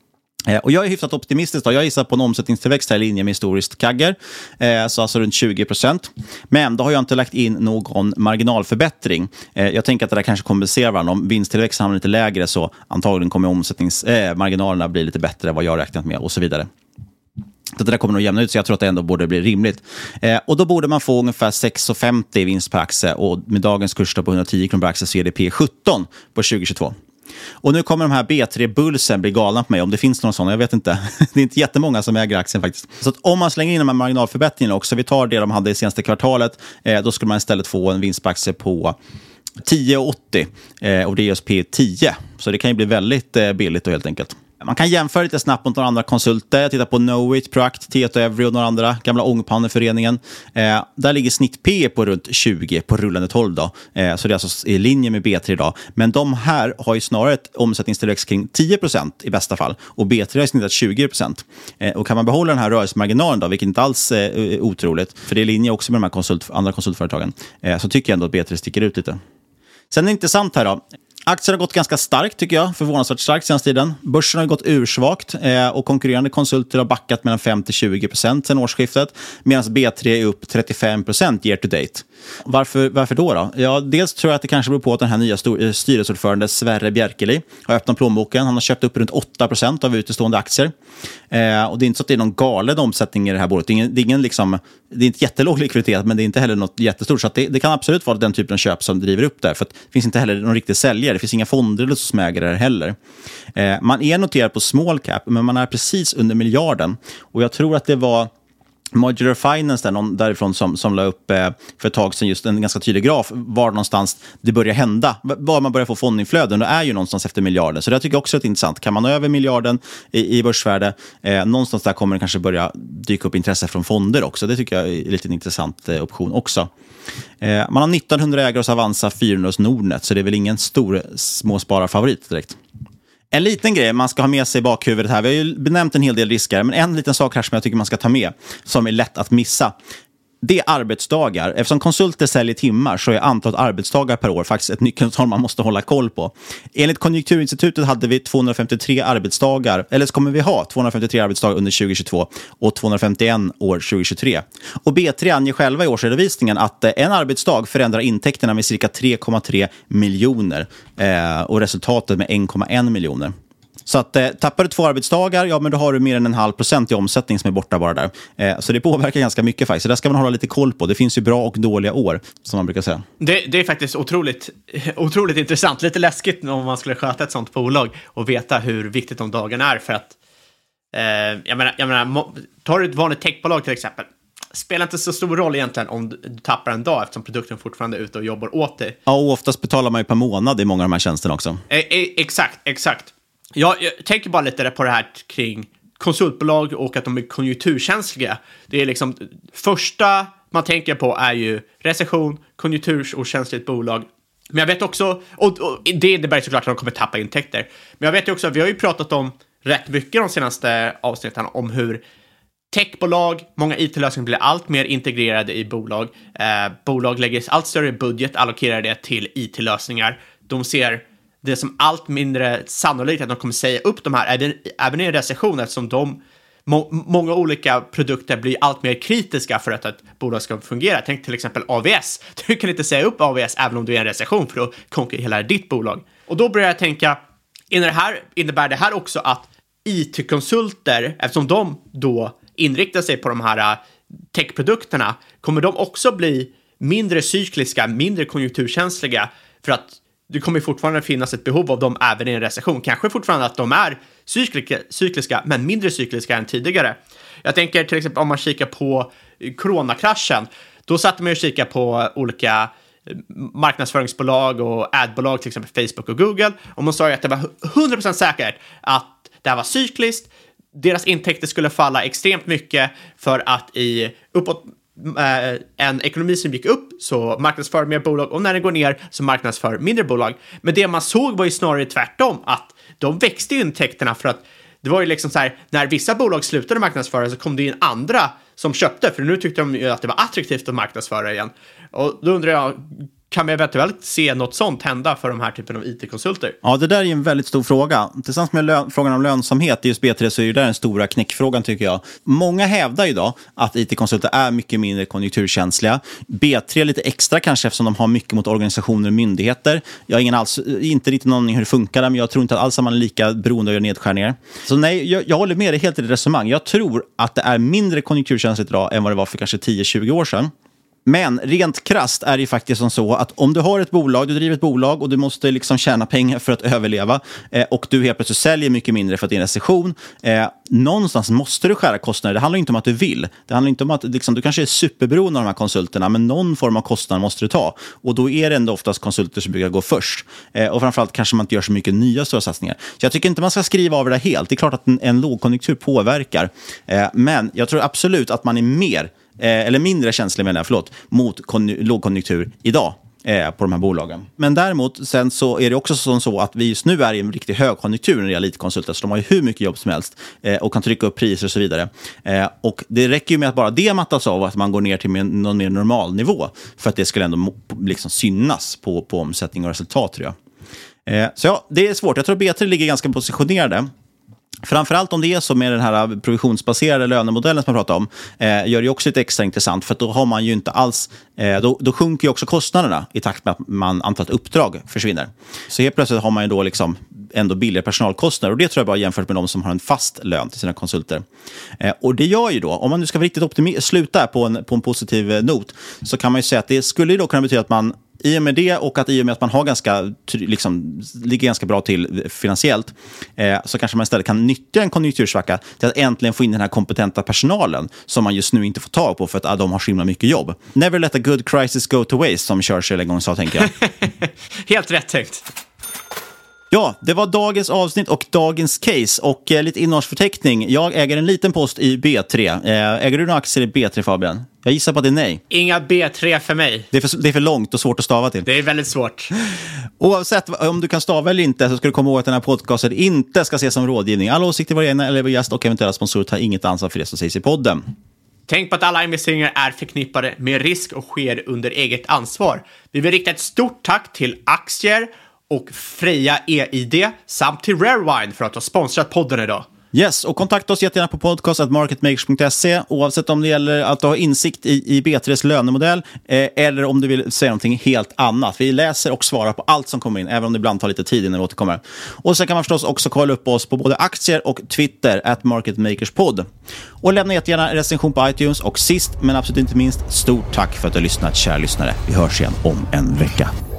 Och jag är hyfsat optimistisk då. Jag gissar på en omsättningstillväxt här i linje med historiskt kagger. Eh, så alltså runt tjugo procent. Men då har jag inte lagt in någon marginalförbättring. Eh, jag tänker att det där kanske kompenserar varandra. Om vinsttillväxten hamnar lite lägre så antagligen kommer omsättningsmarginalerna eh, bli lite bättre än vad jag har räknat med och så vidare. Så det där kommer nog jämna ut, så jag tror att det ändå borde bli rimligt. Eh, och då borde man få ungefär sex komma femtio i vinst per aktie. Och med dagens kurs på hundratio kronor per aktie så är det P sjutton på tjugo tjugotvå. Och nu kommer de här B tre-bullsen bli galna på mig, om det finns någon sån, jag vet inte. Det är inte jättemånga som äger aktien faktiskt. Så att om man slänger in de här marginalförbättringarna också, vi tar det de hade i senaste kvartalet, eh, då skulle man istället få en vinst på aktie på tio komma åttio. Eh, och det är just P tio. Så det kan ju bli väldigt eh, billigt då helt enkelt. Man kan jämföra lite snabbt mot några andra konsulter. Titta på Knowit, Proact, Tieto Every och några andra gamla ångpanneföreningen. Eh, där ligger snitt P på runt tjugo på rullande tolv då. Eh, så det är alltså i linje med B tre idag. Men de här har ju snarare ett omsättningstillväxt kring tio procent i bästa fall. Och B tre har snittat tjugo procent. Eh, och kan man behålla den här rörelsemarginalen då, vilket inte alls är eh, otroligt, för det är i linje också med de här konsult, andra konsultföretagen, eh, så tycker jag ändå att B tre sticker ut lite. Sen är det intressant här då. Aktien har gått ganska starkt tycker jag, förvånansvärt starkt senaste tiden. Börsen har gått ursvagt eh, och konkurrerande konsulter har backat mellan fem till tjugo procent sedan årsskiftet, medan B tre är upp trettiofem procent year to date. Varför, varför då då? Ja, dels tror jag att det kanske beror på att den här nya stor, styrelseordförande Sverre Bjerkeli har öppnat plånboken. Han har köpt upp runt åtta procent av utestående aktier. Eh, och det är inte så att det är någon galen omsättning i det här bolaget. Det är, ingen, det är, ingen liksom, det är inte jättelåg likviditet, men det är inte heller något jättestort. Så att det, det kan absolut vara den typen av köp som driver upp där. För att det finns inte heller någon riktig säljare. Det finns inga fonder eller som äger det heller. Eh, man är noterad på small cap, men man är precis under miljarden. Och jag tror att det var Modular Finance där, någon därifrån som, som la upp eh, för ett tag sedan just en ganska tydlig graf var någonstans det börjar hända. Var man börjar få fondinflöden, det är ju någonstans efter miljarden. Så det tycker jag också är intressant. Kan man nå över miljarden i, i börsvärde, eh, någonstans där kommer det kanske börja dyka upp intresse från fonder också. Det tycker jag är lite en intressant eh, option också. Eh, man har nittonhundra ägare hos Avanza, fyrahundra hos Nordnet, så det är väl ingen stor småspararfavorit direkt. En liten grej man ska ha med sig i bakhuvudet här. Vi har ju benämnt en hel del risker, men en liten sak här som jag tycker man ska ta med, som är lätt att missa. Det är arbetsdagar. Eftersom konsulter säljer timmar så är antalet arbetsdagar per år faktiskt ett nyckeltal man måste hålla koll på. Enligt Konjunkturinstitutet hade vi tvåhundrafemtiotre arbetsdagar, eller så kommer vi ha tvåhundrafemtiotre arbetsdagar under tjugohundratjugotvå och tvåhundrafemtioen år tjugohundratjugotre. Och B tre anger själva i årsredovisningen att en arbetsdag förändrar intäkterna med cirka tre komma tre miljoner eh, och resultatet med en komma en miljoner. Så att eh, tappar du två arbetsdagar, ja men då har du mer än en halv procent i omsättning som är borta bara där. Eh, så det påverkar ganska mycket faktiskt. Så där ska man hålla lite koll på. Det finns ju bra och dåliga år, som man brukar säga. Det, det är faktiskt otroligt, otroligt intressant. Lite läskigt om man skulle sköta ett sånt bolag och veta hur viktigt de dagarna är. För att, eh, jag menar, jag menar, tar du ett vanligt techbolag till exempel, spelar inte så stor roll egentligen om du tappar en dag eftersom produkten fortfarande är ute och jobbar åt dig. Ja, och oftast betalar man ju per månad i många av de här tjänsterna också. Eh, eh, exakt, exakt. Jag, jag tänker bara lite på det här kring konsultbolag och att de är konjunkturkänsliga. Det är liksom, första man tänker på är ju recession, konjunkturkänsligt bolag. Men jag vet också, och, och det innebär såklart att de kommer tappa intäkter. Men jag vet ju också, vi har ju pratat om rätt mycket de senaste avsnitten om hur techbolag, många I T-lösningar blir allt mer integrerade i bolag. Eh, bolag lägger allt större budget, allokerar det till I T-lösningar. De ser det som allt mindre sannolikt att de kommer säga upp de här även, även i en recession, eftersom de, må, många olika produkter blir allt mer kritiska för att ett bolag ska fungera. Tänk till exempel A V S. Du kan inte säga upp A V S även om du är i en recession, för då konkurrerar hela ditt bolag. Och då börjar jag tänka, innebär det här, innebär det här också att I T-konsulter, eftersom de då inriktar sig på de här techprodukterna, kommer de också bli mindre cykliska, mindre konjunkturkänsliga, för att det kommer fortfarande finnas ett behov av dem även i en recession. Kanske fortfarande att de är cykliska, cykliska men mindre cykliska än tidigare. Jag tänker till exempel om man kikar på coronakraschen. Då satt man ju och kikade på olika marknadsföringsbolag och adbolag, till exempel Facebook och Google. Och man sa ju att det var hundra procent säkert att det här var cykliskt. Deras intäkter skulle falla extremt mycket för att i uppåt en ekonomi som gick upp så marknadsför mer bolag, och när det går ner så marknadsför mindre bolag. Men det man såg var ju snarare tvärtom, att de växte ju intäkterna, för att det var ju liksom så här, när vissa bolag slutade marknadsföra så kom det in andra som köpte, för nu tyckte de ju att det var attraktivt att marknadsföra igen. Och då undrar jag, kan vi eventuellt se något sånt hända för de här typen av I T-konsulter? Ja, det där är ju en väldigt stor fråga. Tillsammans med lön- frågan om lönsamhet i just B tre så är det där den stora knäckfrågan, tycker jag. Många hävdar idag att I T-konsulter är mycket mindre konjunkturkänsliga. B tre är lite extra kanske eftersom de har mycket mot organisationer och myndigheter. Jag har ingen alls, inte riktigt någon hur det funkar, men jag tror inte att alls man är lika beroende av att göra nedskärningar. Så nej, jag, jag håller med dig helt i det resonemang. Jag tror att det är mindre konjunkturkänsligt idag än vad det var för kanske tio tjugo år sedan. Men rent krasst är det ju faktiskt som så att om du har ett bolag, du driver ett bolag och du måste liksom tjäna pengar för att överleva eh, och du helt plötsligt säljer mycket mindre för att det är en recession, eh, någonstans måste du skära kostnader. Det handlar inte om att du vill. Det handlar inte om att liksom, du kanske är superberoende av de här konsulterna, men någon form av kostnad måste du ta. Och då är det ändå oftast konsulter som brukar gå först. Eh, och framförallt kanske man inte gör så mycket nya stora satsningar. Så jag tycker inte man ska skriva av det helt. Det är klart att en, en lågkonjunktur påverkar. Eh, men jag tror absolut att man är mer eller mindre känslig menar jag, förlåt, mot kon- lågkonjunktur idag eh, på de här bolagen. Men däremot sen så är det också så, så att vi just nu är i en riktig högkonjunktur när det gäller I T-konsulter, så de har ju hur mycket jobb som helst eh, och kan trycka upp priser och så vidare. Eh, och det räcker ju med att bara det mattas av, att man går ner till någon mer normal nivå för att det skulle ändå liksom synas på, på omsättning och resultat, tror jag. Eh, så ja, det är svårt. Jag tror B tre ligger ganska positionerade. Framförallt om det är så med den här provisionsbaserade lönemodellen som man pratar om, eh, gör det också lite extra intressant, för att då har man ju inte alls, eh, då, då sjunker ju också kostnaderna i takt med att man antalet uppdrag försvinner. Så helt plötsligt har man ju då liksom ändå billigare personalkostnader, och det tror jag bara jämfört med de som har en fast lön till sina konsulter. Eh, och det gör ju då, om man nu ska vara riktigt optimi- sluta på en, på en positiv eh, not, så kan man ju säga att det skulle ju då kunna betyda att man i och med det, och att i och med att man har ganska, liksom, ligger ganska bra till finansiellt, eh, så kanske man istället kan nyttja en konjunktursvacka till att äntligen få in den här kompetenta personalen som man just nu inte får tag på för att ah, de har så himla mycket jobb. Never let a good crisis go to waste, som Churchill en gång sa, tänker jag. Helt rätt tänkt. Ja, det var dagens avsnitt och dagens case och eh, lite innehållsförteckning. Jag äger en liten post i B tre. Eh, äger du några aktier i B tre, Fabian? Jag gissar på att det är nej. Inga B tre för mig. Det är för, det är för långt och svårt att stava till. Det är väldigt svårt. Oavsett om du kan stava eller inte, så ska du komma ihåg att den här podcasten inte ska ses som rådgivning. Alla åsikter var egna eller gäst och eventuella sponsorer tar inget ansvar för det som sägs i podden. Tänk på att alla investeringar är förknippade med risk och sker under eget ansvar. Vi vill rikta ett stort tack till Aktier och Freja E I D samt till Rarewine för att ha sponsrat podden idag. Yes, och kontakta oss jättegärna på podcast at marketmakers punkt se, oavsett om det gäller att ha insikt i, i B tres lönemodell eh, eller om du vill säga någonting helt annat. Vi läser och svarar på allt som kommer in, även om det ibland tar lite tid innan vi återkommer. Och så kan man förstås också kolla upp oss på både Aktier och Twitter at marketmakerspod. Och lämna jättegärna en recension på iTunes, och sist men absolut inte minst, stort tack för att du har lyssnat, kära lyssnare. Vi hörs igen om en vecka.